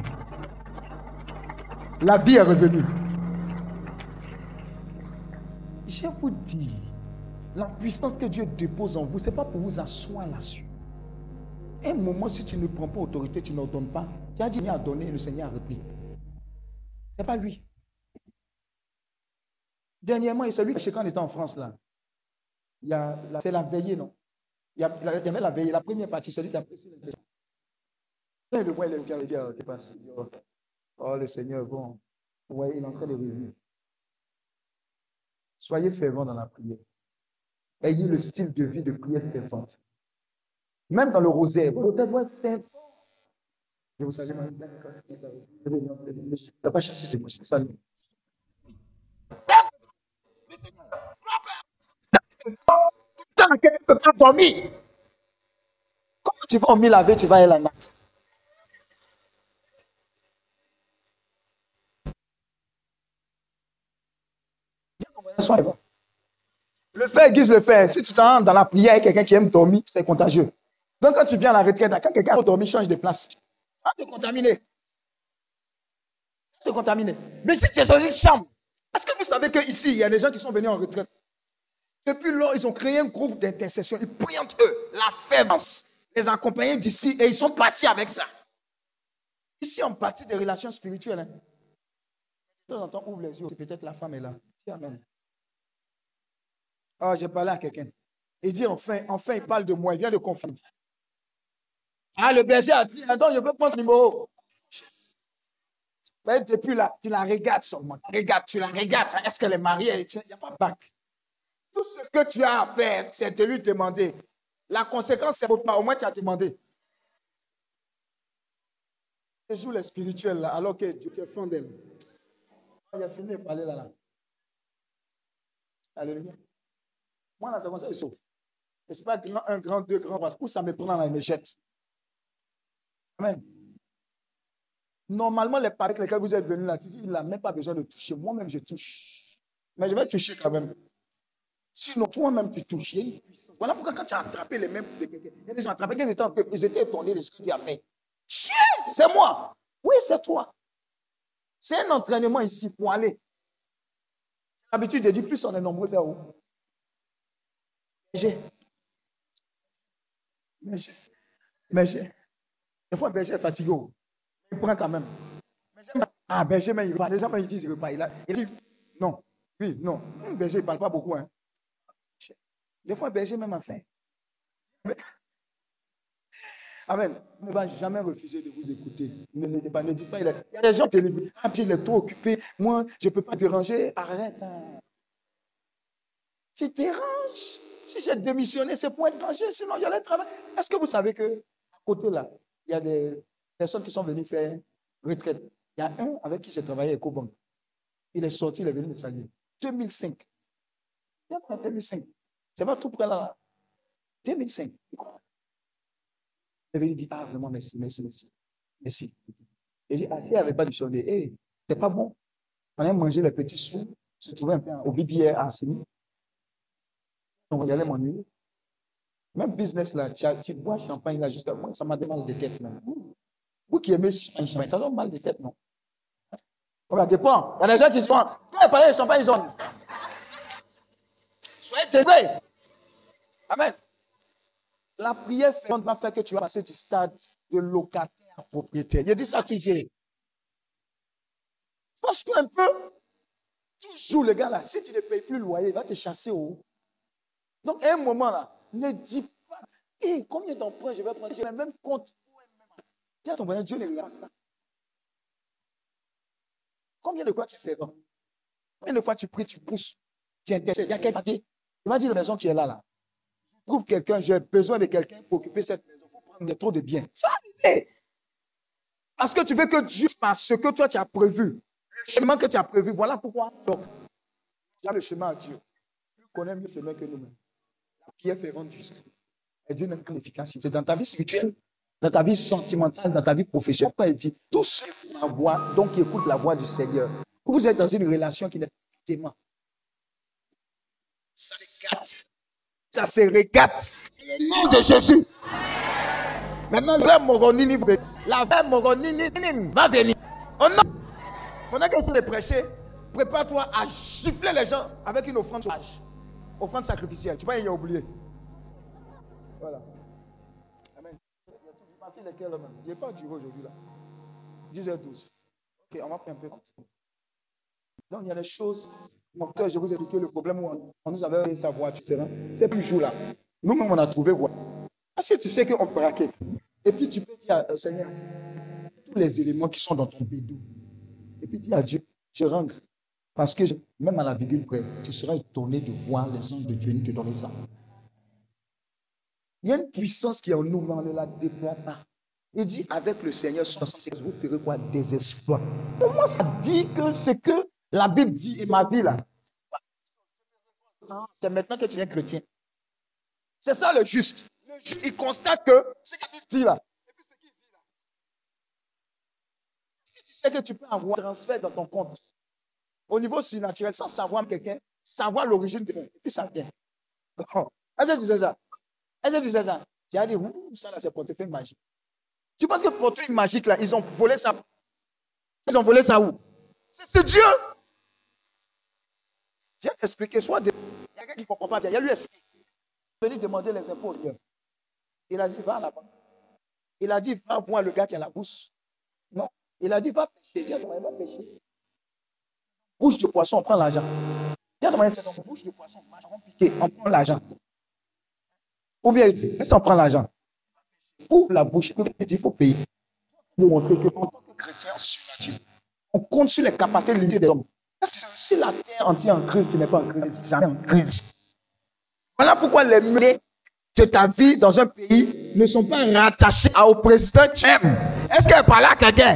La vie est revenue. Je vous dis, la puissance que Dieu dépose en vous, ce n'est pas pour vous asseoir là-dessus. Un moment, si tu ne prends pas autorité, tu n'ordonnes pas. Tu as dit, il a donné, le Seigneur a repris. Ce n'est pas lui. Dernièrement, c'est lui, quand on était en France, là, c'est la veillée, non? Il y, a, il y avait la veillée, la première partie, celui qui a pris sur les questions. Le voit, il vient de dire, oh, qu'est-ce qui passe? Oh, le Seigneur, bon. Ouais, il est en train de revenir. Soyez fervents dans la prière. Ayez le style de vie de prière fervente. Même dans le rosaire, vous devez être fervent. Je vous salue, madame. Je ne vais pas chasser des mots. Je vous salue. Tant qu'elle ne peut pas dormir. Comment tu vas en mille laver, tu vas aller la natte. Le fait aiguise le fait. Si tu t'en dans la prière avec quelqu'un qui aime dormir, c'est contagieux. Donc quand tu viens à la retraite, quand quelqu'un aime dormir, change de place. Tu vas te contaminer. Tu vas te contaminer. Mais si tu es dans une chambre, est-ce que vous savez qu'ici, il y a des gens qui sont venus en retraite? Depuis lors, ils ont créé un groupe d'intercession. Ils prient entre eux. La fervence les accompagner d'ici et ils sont partis avec ça. Ici, on partit des relations spirituelles. Hein. De temps en temps, ouvre les yeux. Peut-être la femme est là. Amen. Oh, j'ai parlé à quelqu'un. Il dit enfin, enfin, il parle de moi. Il vient de confirmer. Ah, le berger a dit, attends, je peux prendre ton numéro. Mais depuis là, tu la regardes seulement. Tu la regardes, tu la regardes. Est-ce qu'elle est mariée? Il n'y a pas de bac. Tout ce que tu as à faire, c'est de lui demander. La conséquence, c'est pas. Au moins, tu as demandé. Tu joues les spirituels là, alors que Dieu te fond d'elle. Il a fini de parler là. là. Alléluia. Moi, là, c'est comme ça, je saute. Et c'est pas grand, un grand, deux grands, parce que ça me prend là, il me jette. Amen. Normalement, les paris avec lesquels vous êtes venus là, tu dis, il n'a même pas besoin de toucher. Moi-même, je touche. Mais je vais toucher quand même. Sinon, toi-même, tu touches. Voilà pourquoi quand tu as attrapé les mêmes de quelqu'un, il y a des gens attrapés, ils étaient, ils étaient étonnés de ce que tu as fait. Chien, c'est moi. Oui, c'est toi. C'est un entraînement ici pour aller. D'habitude, je dis, plus on est nombreux, c'est où? Berger. Berger. Berger. Des fois, berger est fatigué. Il prend quand même. Ah, berger, mais il repart. Les gens, ils disent, il repart. Il, a, il dit, non. Oui, non. Berger, il ne parle pas beaucoup. Hein. Des fois, berger, même a faim. Amen. Ne va jamais refuser de vous écouter. Ne, ne, ne, ne dites pas, il, a, il y a des gens qui disent, ah, il est trop occupé. Moi, je ne peux pas déranger. Arrête. Tu déranges. Si j'ai démissionné, c'est pour être danger. Sinon, j'allais travailler. Est-ce que vous savez qu'à côté là, il y a des personnes qui sont venues faire retraite. Il y a un avec qui j'ai travaillé à EcoBank. Il est sorti, il est venu me saluer. deux mille cinq. deux mille cinq. C'est pas tout près là. deux mille cinq. Il est venu dire, ah vraiment, merci, merci, merci. Merci. Et j'ai dit, ah, si elle n'avait pas démissionné, hey, c'est pas bon. On a mangé les petits sous, se trouvait un peu au B B R à Assini. Donc, j'allais m'ennuyer. Même business là, tu, tu bois champagne là, jusqu'à moi, ça m'a donné mal de tête. Là. Vous qui aimez champagne, ça donne mal de tête, non? Ça dépend. Il y a des gens qui se font, quand ils parlent de champagne, ils ont. Soyez ténèbres. Amen. La prière fervente va faire que tu vas passer du stade de locataire à propriétaire. Il dit ça toujours. Fâche-toi un peu. Toujours, le gars là, si tu ne payes plus le loyer, il va te chasser au haut. Donc, à un moment là, ne dis pas, hé, hey, combien d'emprunts je vais prendre? J'ai le même compte. Dis à ton voisin, Dieu ne regarde ça. Combien de fois tu fais? Combien de fois tu pries, tu pousses, tu intercèdes? Il y a quelqu'un qui va dire la maison qui est là, là. Trouve quelqu'un, j'ai besoin de quelqu'un pour occuper cette maison. Il faut prendre trop de biens. Ça arrive. Parce que tu veux que Dieu fasse ce que toi tu as prévu. Le chemin que tu as prévu, voilà pourquoi. Donc, il y a le chemin à Dieu. Dieu connaît mieux le chemin que nous-mêmes. La prière fervente juste. Et Dieu n'a qu'une efficacité. Dans ta vie spirituelle, dans ta vie sentimentale, dans ta vie professionnelle, il dit, tous ceux qui ma voix, donc qui écoutent la voix du Seigneur, vous êtes dans une relation qui n'est pas témoin. Ça se gâte. Ça se régate. Le nom de Jésus. Maintenant, le vrai Moronini, la vraie Moronini va venir. Oh non! Pendant que c'est de prêcher, prépare-toi à gifler les gens avec une offrande sauvage. Offrande sacrificielle. Tu vois, il a oublié. Voilà. Amen. Ma fille, laquelle là même? Il n'est pas du aujourd'hui là. dix heures douze. Ok, on va prendre un peu. Donc, il y a des choses. Mon frère, je vous ai dit que le problème où on nous avait sa voiture, c'est plus jour là. Nous-mêmes, on a trouvé voiture. Parce que tu sais qu'on peut braquer. Et puis, tu peux dire au Seigneur, tous les éléments qui sont dans ton bédou. Et puis, dis à Dieu, je rentre. Parce que même à la virgule près, tu seras étonné de voir les anges de Dieu te donner ça. Il y a une puissance qui est en nous, mais on ne la déploie pas. Il dit, avec le Seigneur, vous ferez quoi? Des exploits. Comment ça dit que ce que la Bible dit et ma vie là? C'est maintenant que tu es chrétien. C'est ça le juste. Le juste, il constate que ce qu'il dit là. Et puis ce qu'il dit là. Est-ce que tu sais que tu peux avoir un transfert dans ton compte au niveau surnaturel sans savoir quelqu'un, savoir l'origine de. Et puis ça vient. Est-ce que tu sais ça? Est-ce que tu sais ça? Tu as dit, ouh, ça là, c'est portefeuille magique. Tu penses que portefeuille magique là, ils ont volé ça? Ils ont volé ça où? C'est Dieu. Je vais t'expliquer. Soit de... il y a quelqu'un qui ne comprend pas bien. Il y a lui expliqué. Il est venu demander les impôts. Il a dit, va là-bas. Il a dit, va voir le gars qui a la bouche. Non. Il a dit, va pêcher. Il a dit, va pêcher. Bouche de poisson, on prend l'argent. Il a dit, c'est donc bouche de poisson, on piqué, on prend l'argent. Ou bien, on prend l'argent. Ouvre la bouche. Il faut payer. Pour montrer que, en tant que chrétien surnaturel, on compte sur les capacités limitées des hommes. Parce que si la terre entière en crise, tu n'es pas en crise, jamais en crise. Voilà pourquoi les menées de ta vie dans un pays ne sont pas rattachés au président que tu aimes. Est-ce qu'elle parle à quelqu'un?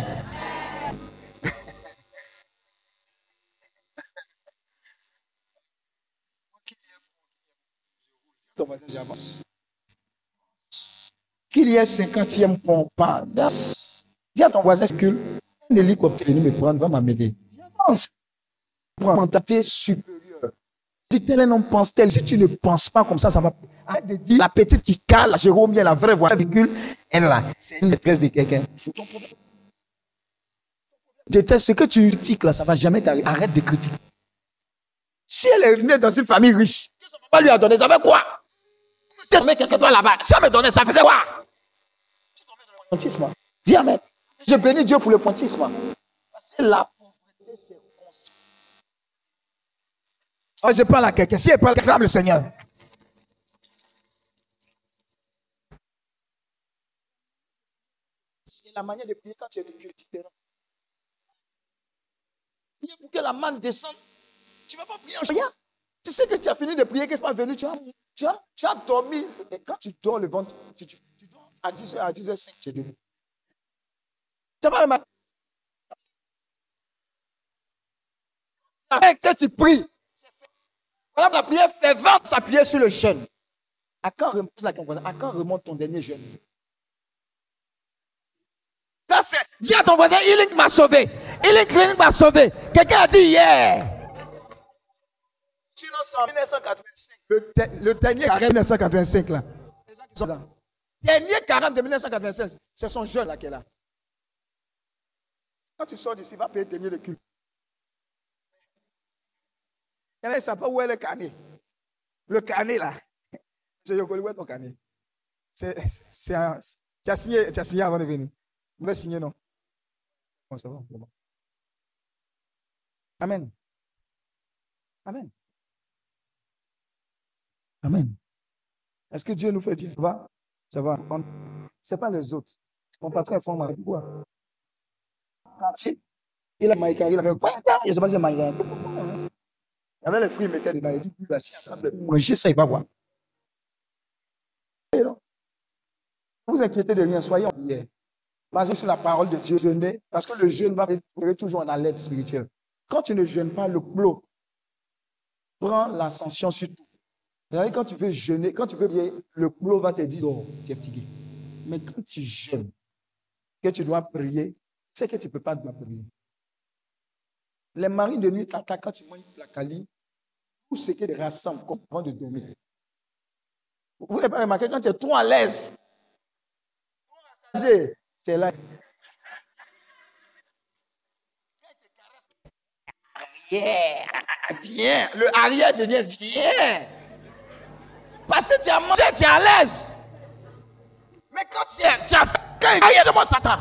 Qu'il y ait cinquantième compas. Dis à ton voisin que un hélicoptère est venu me prendre, va m'amener. J'avance. Pour une mentalité supérieure. Si tel un homme pense tel, si tu ne penses pas comme ça, ça va. Arrête de dire la petite qui cale, la Jérôme, la vraie voiture, véhicule, elle là, c'est une maîtresse de quelqu'un. C'est ton problème. Déteste ce que tu critiques là, ça ne va jamais t'arriver. Arrête de critiquer. Si elle est née dans une famille riche, son papa lui a donné, ça fait quoi? Si elle met quelqu'un là-bas, si elle me donnait, ça faisait quoi? Pontisme. Dis amen. Je bénis Dieu pour le pontisme. Parce que la pauvreté, c'est conscient. Oh, je parle à quelqu'un. Si elle parle, acclame le Seigneur. C'est la manière de prier quand tu es différent. Prier pour que la manne descende. Tu ne vas pas prier en rien. Tu sais que tu as fini de prier, que ce n'est pas venu. Tu as, tu, as, tu as dormi. Et quand tu dors le ventre, tu, tu, tu dors à dix heures, à dix heures cinq, tu es debout. Tu n'as pas remarqué. Que tu pries. Voilà, la prière fervente s'appuyer sur le jeûne. À quand remonte, à quand remonte ton dernier jeûne? Ça, c'est. Dis à ton voisin, Healing m'a sauvé. Healing Clinic m'a sauvé. Quelqu'un a dit hier. Sinon, c'est en mille neuf cent quatre-vingt-cinq. Le, le dernier carême de mille neuf cent quatre-vingt-cinq, là. Les gens qui sont là. Dernier carême de mille neuf cent quatre-vingt-cinq, c'est son jeune là qui est là. Quand tu sors d'ici, va payer tenir le culte. Il y en a qui ne savent pas où est le carnet. Le carnet là. C'est Yokoli, où est ton carnet? C'est un. Tu as signé, tu as signé avant de venir. Vous voulez signer, non? Bon, c'est bon, c'est bon. Amen. Amen. Amen. Est-ce que Dieu nous fait Dieu? Ça va? Ça va. Ce n'est pas les autres. Mon patron est fort avec quoi? Il a maïka, il a fait quoi? Je ne sais pas si c'est maïka. Il y avait les fruits, il mettait dedans. Il dit, bah, si en train de manger ça, il va voir. Vous inquiétez de rien, soyez en prière. Basé sur la parole de Dieu, jeûnez, parce que le jeûne va être toujours en alerte spirituelle. Quand tu ne jeûnes pas, le flot prend l'ascension sur tout. Quand tu veux jeûner, quand tu veux prier, le flot va te dire, oh, tu es fatigué. Mais quand tu jeûnes, que tu dois prier, c'est que tu ne peux pas prier. Les maris de nuit t'attaquent quand tu manges la cali, tout ce qui te rassemble comme avant de dormir. Vous n'avez pas remarqué quand tu es trop à l'aise, trop rassasié, c'est là. Yeah, viens. Le arrière devient viens. Parce que tu as mangé, tu es à l'aise. Mais quand tu, es, tu as fait, quand il arrière de moi, Satan.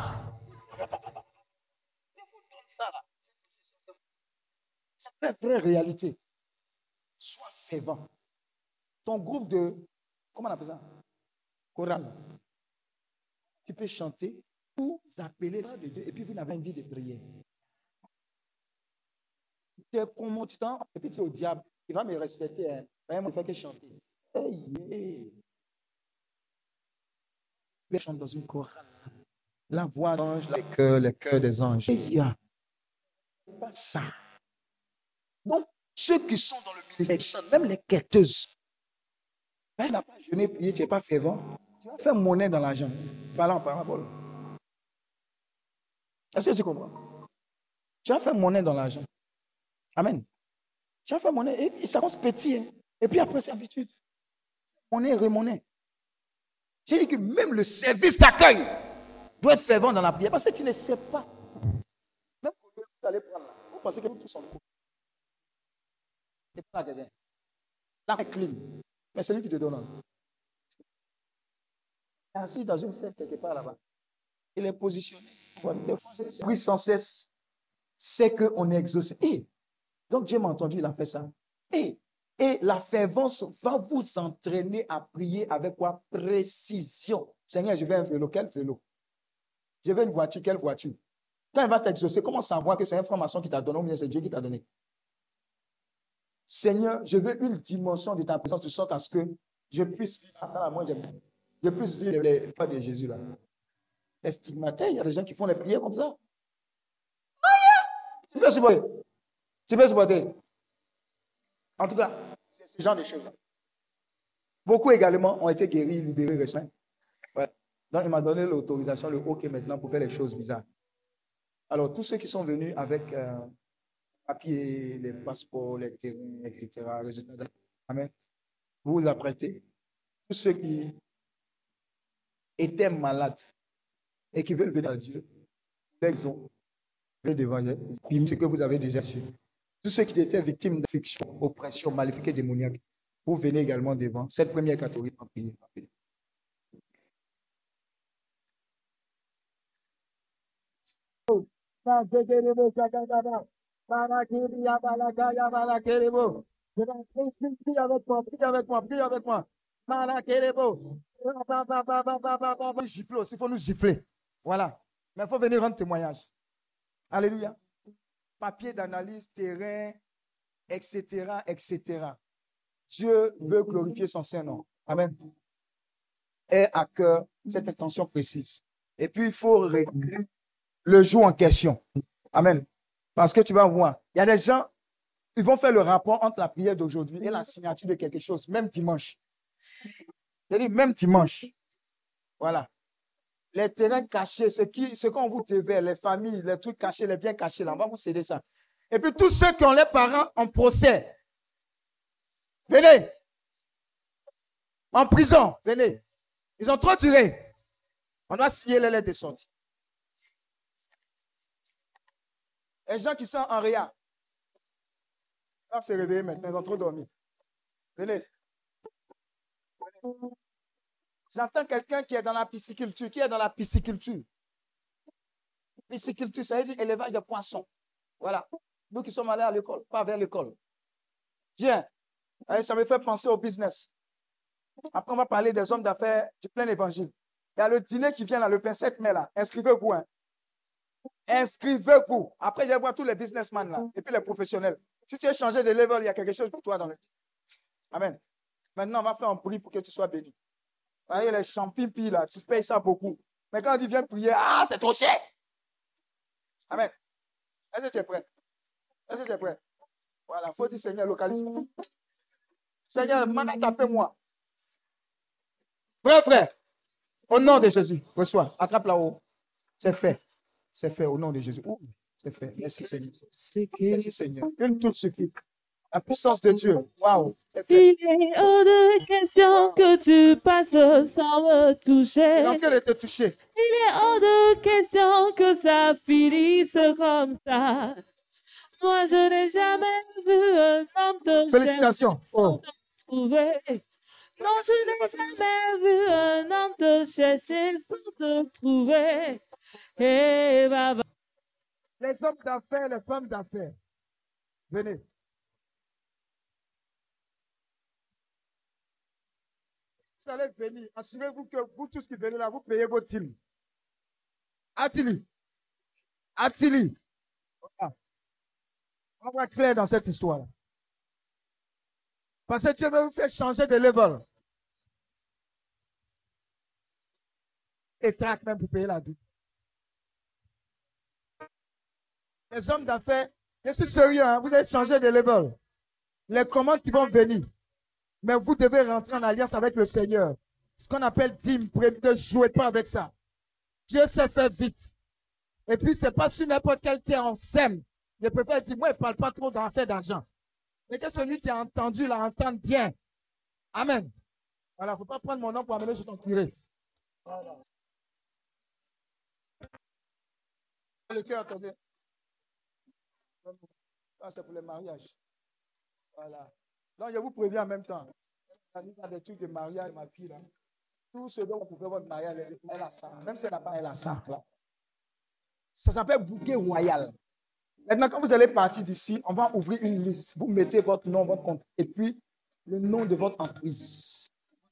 C'est une vraie réalité. Sois fervent. Ton groupe de, comment on appelle ça? Chorale. Tu peux chanter ou appeler de Dieu et puis vous n'avez une vie de prière. Tu es conmontant et puis tu es au diable. Il va me respecter. Hein. Il ne fait que chanter. Hey, hey. Je chante dans une chorale. La voix d'ange, le cœur, le cœur des anges. Hey, c'est pas ça. Donc, ceux qui sont dans le ministère, même les quêteuses, tu n'as pas jeûné, prié, tu n'es pas fervent, tu vas faire monnaie dans l'argent. Parlant en parabole. Est-ce que tu comprends? Tu vas faire monnaie dans l'argent. Amen. Tu vas faire monnaie et ça commence petit. Hein. Et puis après, c'est habitude. Monnaie, remonnaie. J'ai dit que même le service d'accueil doit être fervent dans la prière parce que tu ne sais pas. Même quand vous allez prendre là, vous pensez que vous tous sont cool. Et pas quelqu'un. Là, c'est clean. Mais c'est lui qui te donne. Il est assis dans une scène quelque part là-bas. Il est positionné. Il prie sans cesse. C'est qu'on est exaucé. Et donc Dieu m'a entendu, il a fait ça. Et, et la fervence va vous entraîner à prier avec quoi? Précision. Seigneur, je veux un vélo. Quel vélo? Je veux une voiture. Quelle voiture? Quand il va t'exaucer, comment savoir que c'est un franc-maçon qui t'a donné ou bien c'est Dieu qui t'a donné? Seigneur, je veux une dimension de ta présence de sorte à ce que je puisse vivre à la moindre, je puisse vivre les pas de Jésus là. Les stigmatés, il y a des gens qui font les prières comme ça. Tu peux supporter. Tu peux supporter. En tout cas, c'est ce genre de choses. Beaucoup également ont été guéris, libérés récemment. Ouais. Donc, il m'a donné l'autorisation, le OK maintenant pour faire les choses bizarres. Alors, tous ceux qui sont venus avec euh, papiers, les passeports, les terrains, et cetera, résultats, amen, vous vous apprêtez. Tous ceux qui étaient malades et qui veulent venir à Dieu, ils ont devant ce que vous avez déjà su. Tous ceux qui étaient victimes d'affliction, oppression, maléfique et démoniaque, vous venez également devant cette première catégorie en prière. Prie avec moi, prie avec moi, prie avec moi. Gifler aussi, il faut nous gifler. Voilà. Mais il faut venir rendre témoignage. Alléluia. Papier d'analyse, terrain, et cetera, et cetera. Dieu veut glorifier son Saint-Nom. Amen. Et à cœur cette intention précise. Et puis, il faut régler le jour en question. Amen. Parce que tu vas voir, il y a des gens, ils vont faire le rapport entre la prière d'aujourd'hui et la signature de quelque chose, même dimanche. C'est-à-dire, même dimanche. Voilà. Les terrains cachés, ce qui, ce qu'on vous devait, les familles, les trucs cachés, les biens cachés, là, on va vous céder ça. Et puis, tous ceux qui ont les parents en procès, venez. En prison, venez. Ils ont trop duré. On doit signer les lettres de sortie. Les gens qui sont en réa, ils doivent se réveiller maintenant, ils ont trop dormi. Venez. Venez. J'entends quelqu'un qui est dans la pisciculture. Qui est dans la pisciculture? Pisciculture, ça veut dire élevage de poissons. Voilà. Nous qui sommes allés à l'école, pas vers l'école. Viens. Ça me fait penser au business. Après, on va parler des hommes d'affaires du plein évangile. Il y a le dîner qui vient là, le vingt-sept mai là. Inscrivez-vous. Hein. Inscrivez-vous. Après, je vais voir tous les businessmen là. Et puis les professionnels. Si tu as changé de level, il y a quelque chose pour toi dans le titre. Amen. Maintenant, on va faire un prix pour que tu sois béni. Vous voyez, les champignons là, tu payes ça beaucoup. Mais quand tu viens prier, ah, c'est trop cher. Amen. Est-ce que tu es prêt? Est-ce que tu es prêt? Voilà, il faut dire Seigneur, localise-moi. Seigneur, maintenant, tapez-moi. Frère, frère, au nom de Jésus, reçois, attrape là-haut. C'est fait. C'est fait au nom de Jésus. Oh, c'est fait. Merci Seigneur. Merci Seigneur. Une touche suffit. La puissance de Dieu. Waouh. Il est hors de question que tu passes sans me toucher. Il est en train de te toucher. Il est hors de question que ça finisse comme ça. Moi, je n'ai jamais vu un homme te Félicitations. Oh. trouver. Non, je n'ai jamais vu un homme te chercher sans te trouver. Hey, baba. Les hommes d'affaires, les femmes d'affaires. Venez. Vous allez venir. Assurez-vous que vous tous qui venez là, vous payez vos dîmes. Attili. Attili. Voilà. On va être clair dans cette histoire. Parce que Dieu veut vous faire changer de level. Et traque même pour payer la dîme. Les hommes d'affaires, je suis sérieux, hein, vous allez changer de level. Les commandes qui vont venir. Mais vous devez rentrer en alliance avec le Seigneur. Ce qu'on appelle dîme, ne jouez pas avec ça. Dieu se fait vite. Et puis, ce n'est pas sur n'importe quel terrain on sème. Je préfère dire, moi, il ne parle pas trop d'affaires d'argent. Mais que celui qui a entendu, la entende bien. Amen. Voilà, il ne faut pas prendre mon nom pour amener sur ton curé. Voilà. Le cœur, attendez. Ça, c'est pour le mariage. Voilà. Donc, je vous préviens en même temps. Il y a des trucs de mariage, ma fille, là. Tout ce dont vous pouvez votre mariage, elle a ça. Même si elle n'a pas, elle a ça. Là. Ça s'appelle bouquet royal. Maintenant, quand vous allez partir d'ici, on va ouvrir une liste. Vous mettez votre nom, votre compte, et puis le nom de votre entreprise.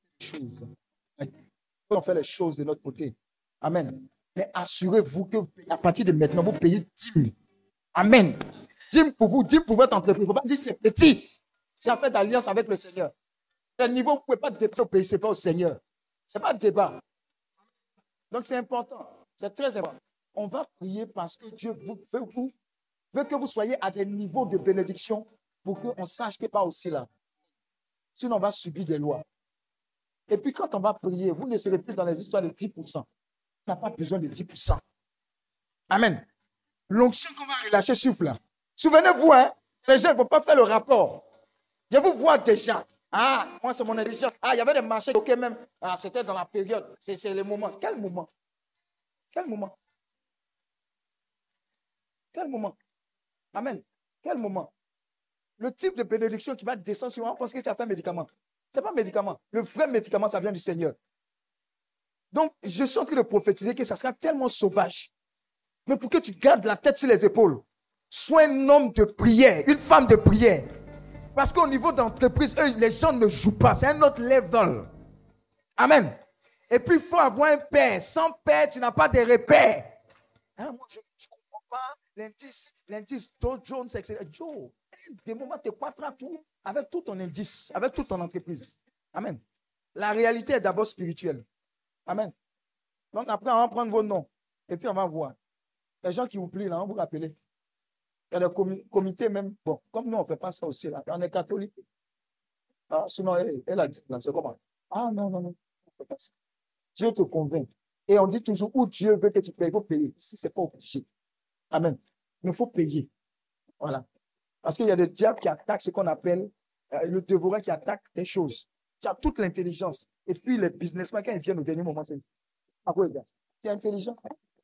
On fait les choses de notre côté. Amen. Mais assurez-vous que à partir de maintenant, vous payez dix mille. Amen. dix mille pour vous, dix mille pour votre entreprise. Il ne faut pas dire que c'est petit. C'est affaire d'alliance avec le Seigneur. Le niveau, vous ne pouvez pas dépasser, vous n'obéissez pas au Seigneur. Ce n'est pas de débat. Donc c'est important. C'est très important. On va prier parce que Dieu vous, veut, vous, veut que vous soyez à des niveaux de bénédiction pour qu'on sache que pas aussi là. Sinon, on va subir des lois. Et puis quand on va prier, vous ne serez plus dans les histoires de dix pour cent. On n'a pas besoin de dix pour cent. Amen. L'onction qu'on va relâcher souffle là. Souvenez-vous, hein, les gens ne vont pas faire le rapport. Je vous vois déjà. Ah, moi, c'est mon édition. Ah, il y avait des marchés. Ok, même. Ah, c'était dans la période. C'est, c'est le moment. Quel moment? Quel moment? Quel moment? Amen. Quel moment? Le type de bénédiction qui va descendre sur moi parce que tu as fait un médicament. Ce n'est pas un médicament. Le vrai médicament, ça vient du Seigneur. Donc, je suis en train de prophétiser que ça sera tellement sauvage. Mais pour que tu gardes la tête sur les épaules, sois un homme de prière, une femme de prière. Parce qu'au niveau d'entreprise, eux, les gens ne jouent pas. C'est un autre level. Amen. Et puis, il faut avoir un père. Sans père, tu n'as pas de repères. Hein, moi, je ne comprends pas l'indice, l'indice Dow Jones, et cetera. Joe, des moments, tu crois tout avec tout ton indice, avec toute ton entreprise. Amen. La réalité est d'abord spirituelle. Amen. Donc, après, on va prendre vos noms. Et puis, on va voir. Les gens qui vous plient, là, on vous rappelle. Il y a des comi- comités même. Bon, comme nous, on ne fait pas ça aussi. Là. On est catholique. Ah, sinon, elle, elle a dit, là, c'est comment? Ah, non, non, non. On ne fait pas ça. Dieu te convainc. Et on dit toujours où Dieu veut que tu payes, il faut payer. Ici, ce n'est pas obligé. Amen. Il faut payer. Voilà. Parce qu'il y a des diables qui attaquent ce qu'on appelle euh, le dévoreur qui attaque des choses. Tu as toute l'intelligence. Et puis les businessmen, quand ils viennent au dernier moment, c'est ah oui, gars, tu es intelligent.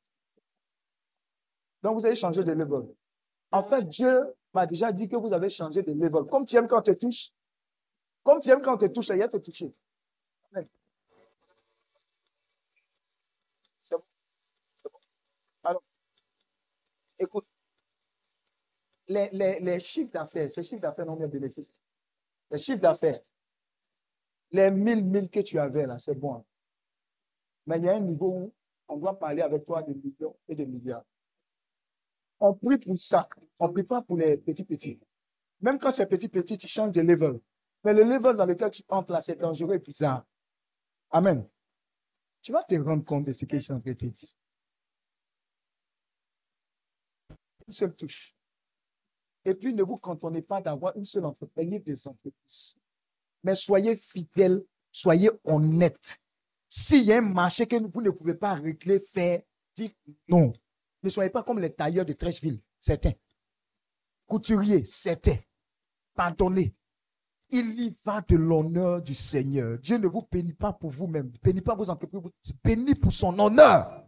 Donc vous avez changé de level. En fait, Dieu m'a déjà dit que vous avez changé de level. Comme tu aimes quand on te touche, comme tu aimes quand on te touche, il y a te toucher. Amen. C'est bon. C'est bon. Alors, écoute, les, les, les chiffres d'affaires, ces chiffres d'affaires n'ont pas de bénéfice. Les chiffres d'affaires, les mille, mille que tu avais là, c'est bon. Mais il y a un niveau où on doit parler avec toi de millions et de milliards. On prie pour ça. On ne prie pas pour les petits petits. Même quand c'est petit petit, tu changes de level. Mais le level dans lequel tu entres là, c'est dangereux et bizarre. Amen. Tu vas te rendre compte de ce que je suis en train de te dire. Une seule touche. Et puis, ne vous cantonnez pas d'avoir une seule entreprise, ayez des entreprises. Mais soyez fidèles, soyez honnêtes. S'il y a un marché que vous ne pouvez pas régler, faire, dites non. Ne soyez pas comme les tailleurs de Trècheville, certains. Couturiers, certains. Pardonnez. Il y va de l'honneur du Seigneur. Dieu ne vous bénit pas pour vous-même. Ne bénit pas vos entreprises. Bénit pour son honneur.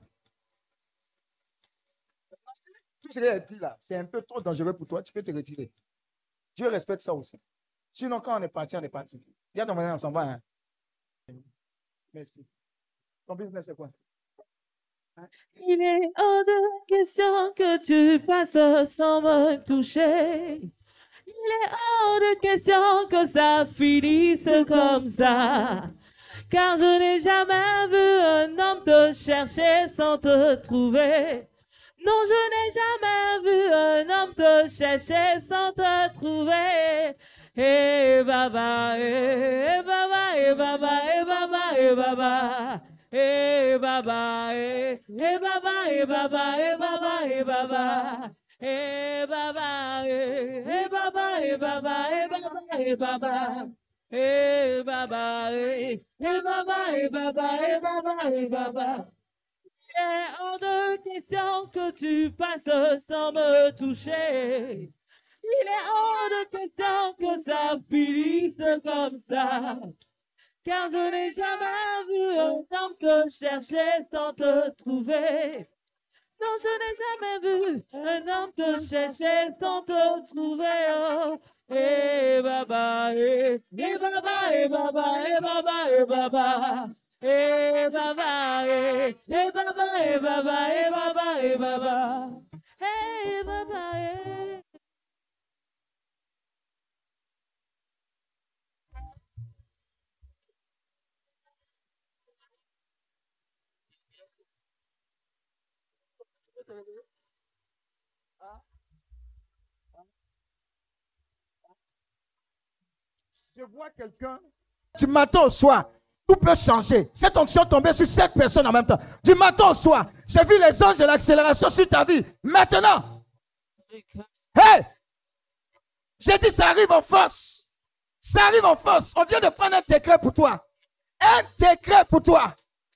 Tout ce qu'il a dit là, c'est un peu trop dangereux pour toi. Tu peux te retirer. Dieu respecte ça aussi. Sinon, quand on est parti, on est parti. Viens ton on s'en va. Hein? Merci. Ton business, c'est quoi? Hein? Il est hors de question que tu passes sans me toucher. Il est hors de question que ça finisse comme ça. Car je n'ai jamais vu un homme te chercher sans te trouver. Non, je n'ai jamais vu un homme te chercher sans te trouver. Eh baba, eh baba, eh baba, eh baba, eh baba. Eh baba, eh, eh baba, eh baba, eh baba, eh baba. Eh baba, eh, eh baba, eh baba, eh baba, eh baba. Eh baba, eh, eh baba, eh baba, eh baba, eh baba. Il est hors de question que tu passes sans me toucher. Il est hors de question que ça finisse comme ça. Car je n'ai jamais vu un homme te chercher sans te trouver. Non, je n'ai jamais vu un homme te chercher sans te trouver. Oh. Eh baba, eh, eh baba, eh baba, eh baba, eh baba. Eh baba, eh, eh baba, eh baba, eh baba, eh baba. Eh baba, eh. Je vois quelqu'un, du matin au soir, tout peut changer. Cette onction tombée sur sept personnes en même temps. Du matin au soir, j'ai vu les anges de l'accélération sur ta vie. Maintenant, hey! J'ai dit, ça arrive en force. Ça arrive en force. On vient de prendre un décret pour toi. Un décret pour toi.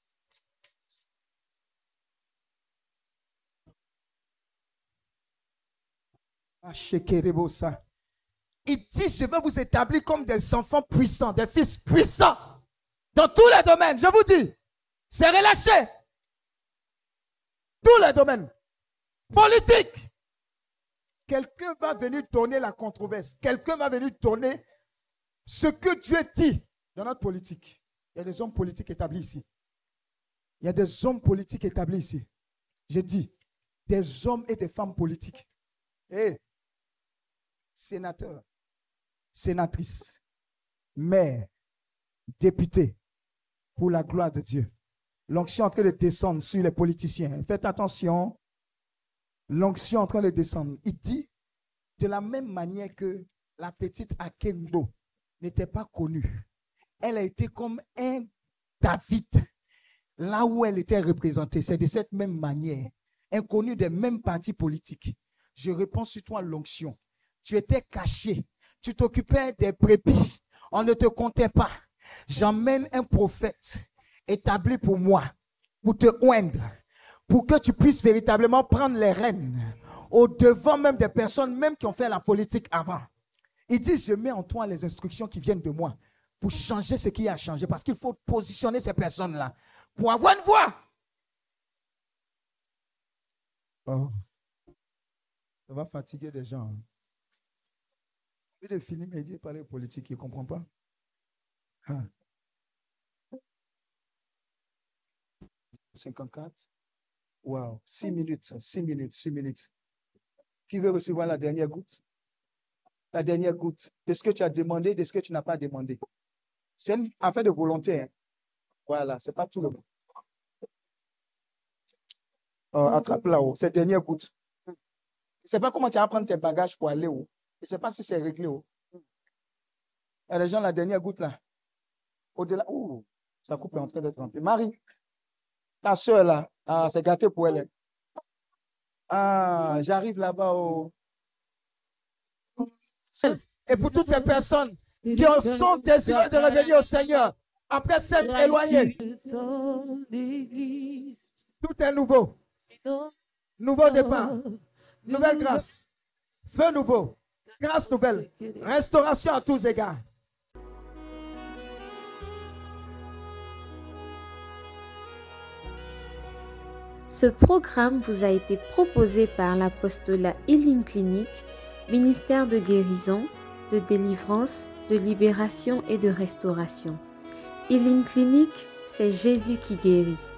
Il dit, je vais vous établir comme des enfants puissants, des fils puissants. Dans tous les domaines, je vous dis, c'est relâché. Tous les domaines. Politique. Quelqu'un va venir tourner la controverse. Quelqu'un va venir tourner ce que Dieu dit dans notre politique. Il y a des hommes politiques établis ici. Il y a des hommes politiques établis ici. J'ai dit, des hommes et des femmes politiques. Et sénateurs, sénatrices, maires, députés, pour la gloire de Dieu. L'onction est en train de descendre sur les politiciens. Faites attention. L'onction est en train de descendre. Il dit, de la même manière que la petite Akengbo n'était pas connue. Elle a été comme un David, là où elle était représentée. C'est de cette même manière, inconnue des mêmes partis politiques. Je réponds sur toi l'onction. Tu étais caché. Tu t'occupais des brebis. On ne te comptait pas. J'emmène un prophète établi pour moi, pour te oindre, pour que tu puisses véritablement prendre les rênes au devant même des personnes même qui ont fait la politique avant. Il dit, je mets en toi les instructions qui viennent de moi pour changer ce qui a changé, parce qu'il faut positionner ces personnes-là pour avoir une voix. Oh. Ça va fatiguer des gens. Il est fini, mais il dit parler politique, il ne comprend pas. Ah. cinquante-quatre. Wow. six minutes, six minutes, six minutes. Qui veut recevoir la dernière goutte? La dernière goutte de ce que tu as demandé, de ce que tu n'as pas demandé. C'est une affaire de volonté. Hein. Voilà, ce n'est pas tout le monde. Oh, attrape là-haut, cette dernière goutte. Je ne sais pas comment tu vas prendre tes bagages pour aller où. Je ne sais pas si c'est réglé où. Il y a des gens, la dernière goutte là. Au-delà, ouh, sa coupe est en train d'être remplie. Marie, ta soeur là, ah, c'est gâté pour elle. Ah, j'arrive là-bas au... Et pour toutes ces personnes qui sont désireuses de revenir au Seigneur, après s'être éloignées, tout est nouveau. Nouveau départ, nouvelle grâce, feu nouveau, grâce nouvelle, restauration à tous égards. Ce programme vous a été proposé par l'apostolat Healing Clinic, ministère de guérison, de délivrance, de libération et de restauration. Healing Clinic, c'est Jésus qui guérit.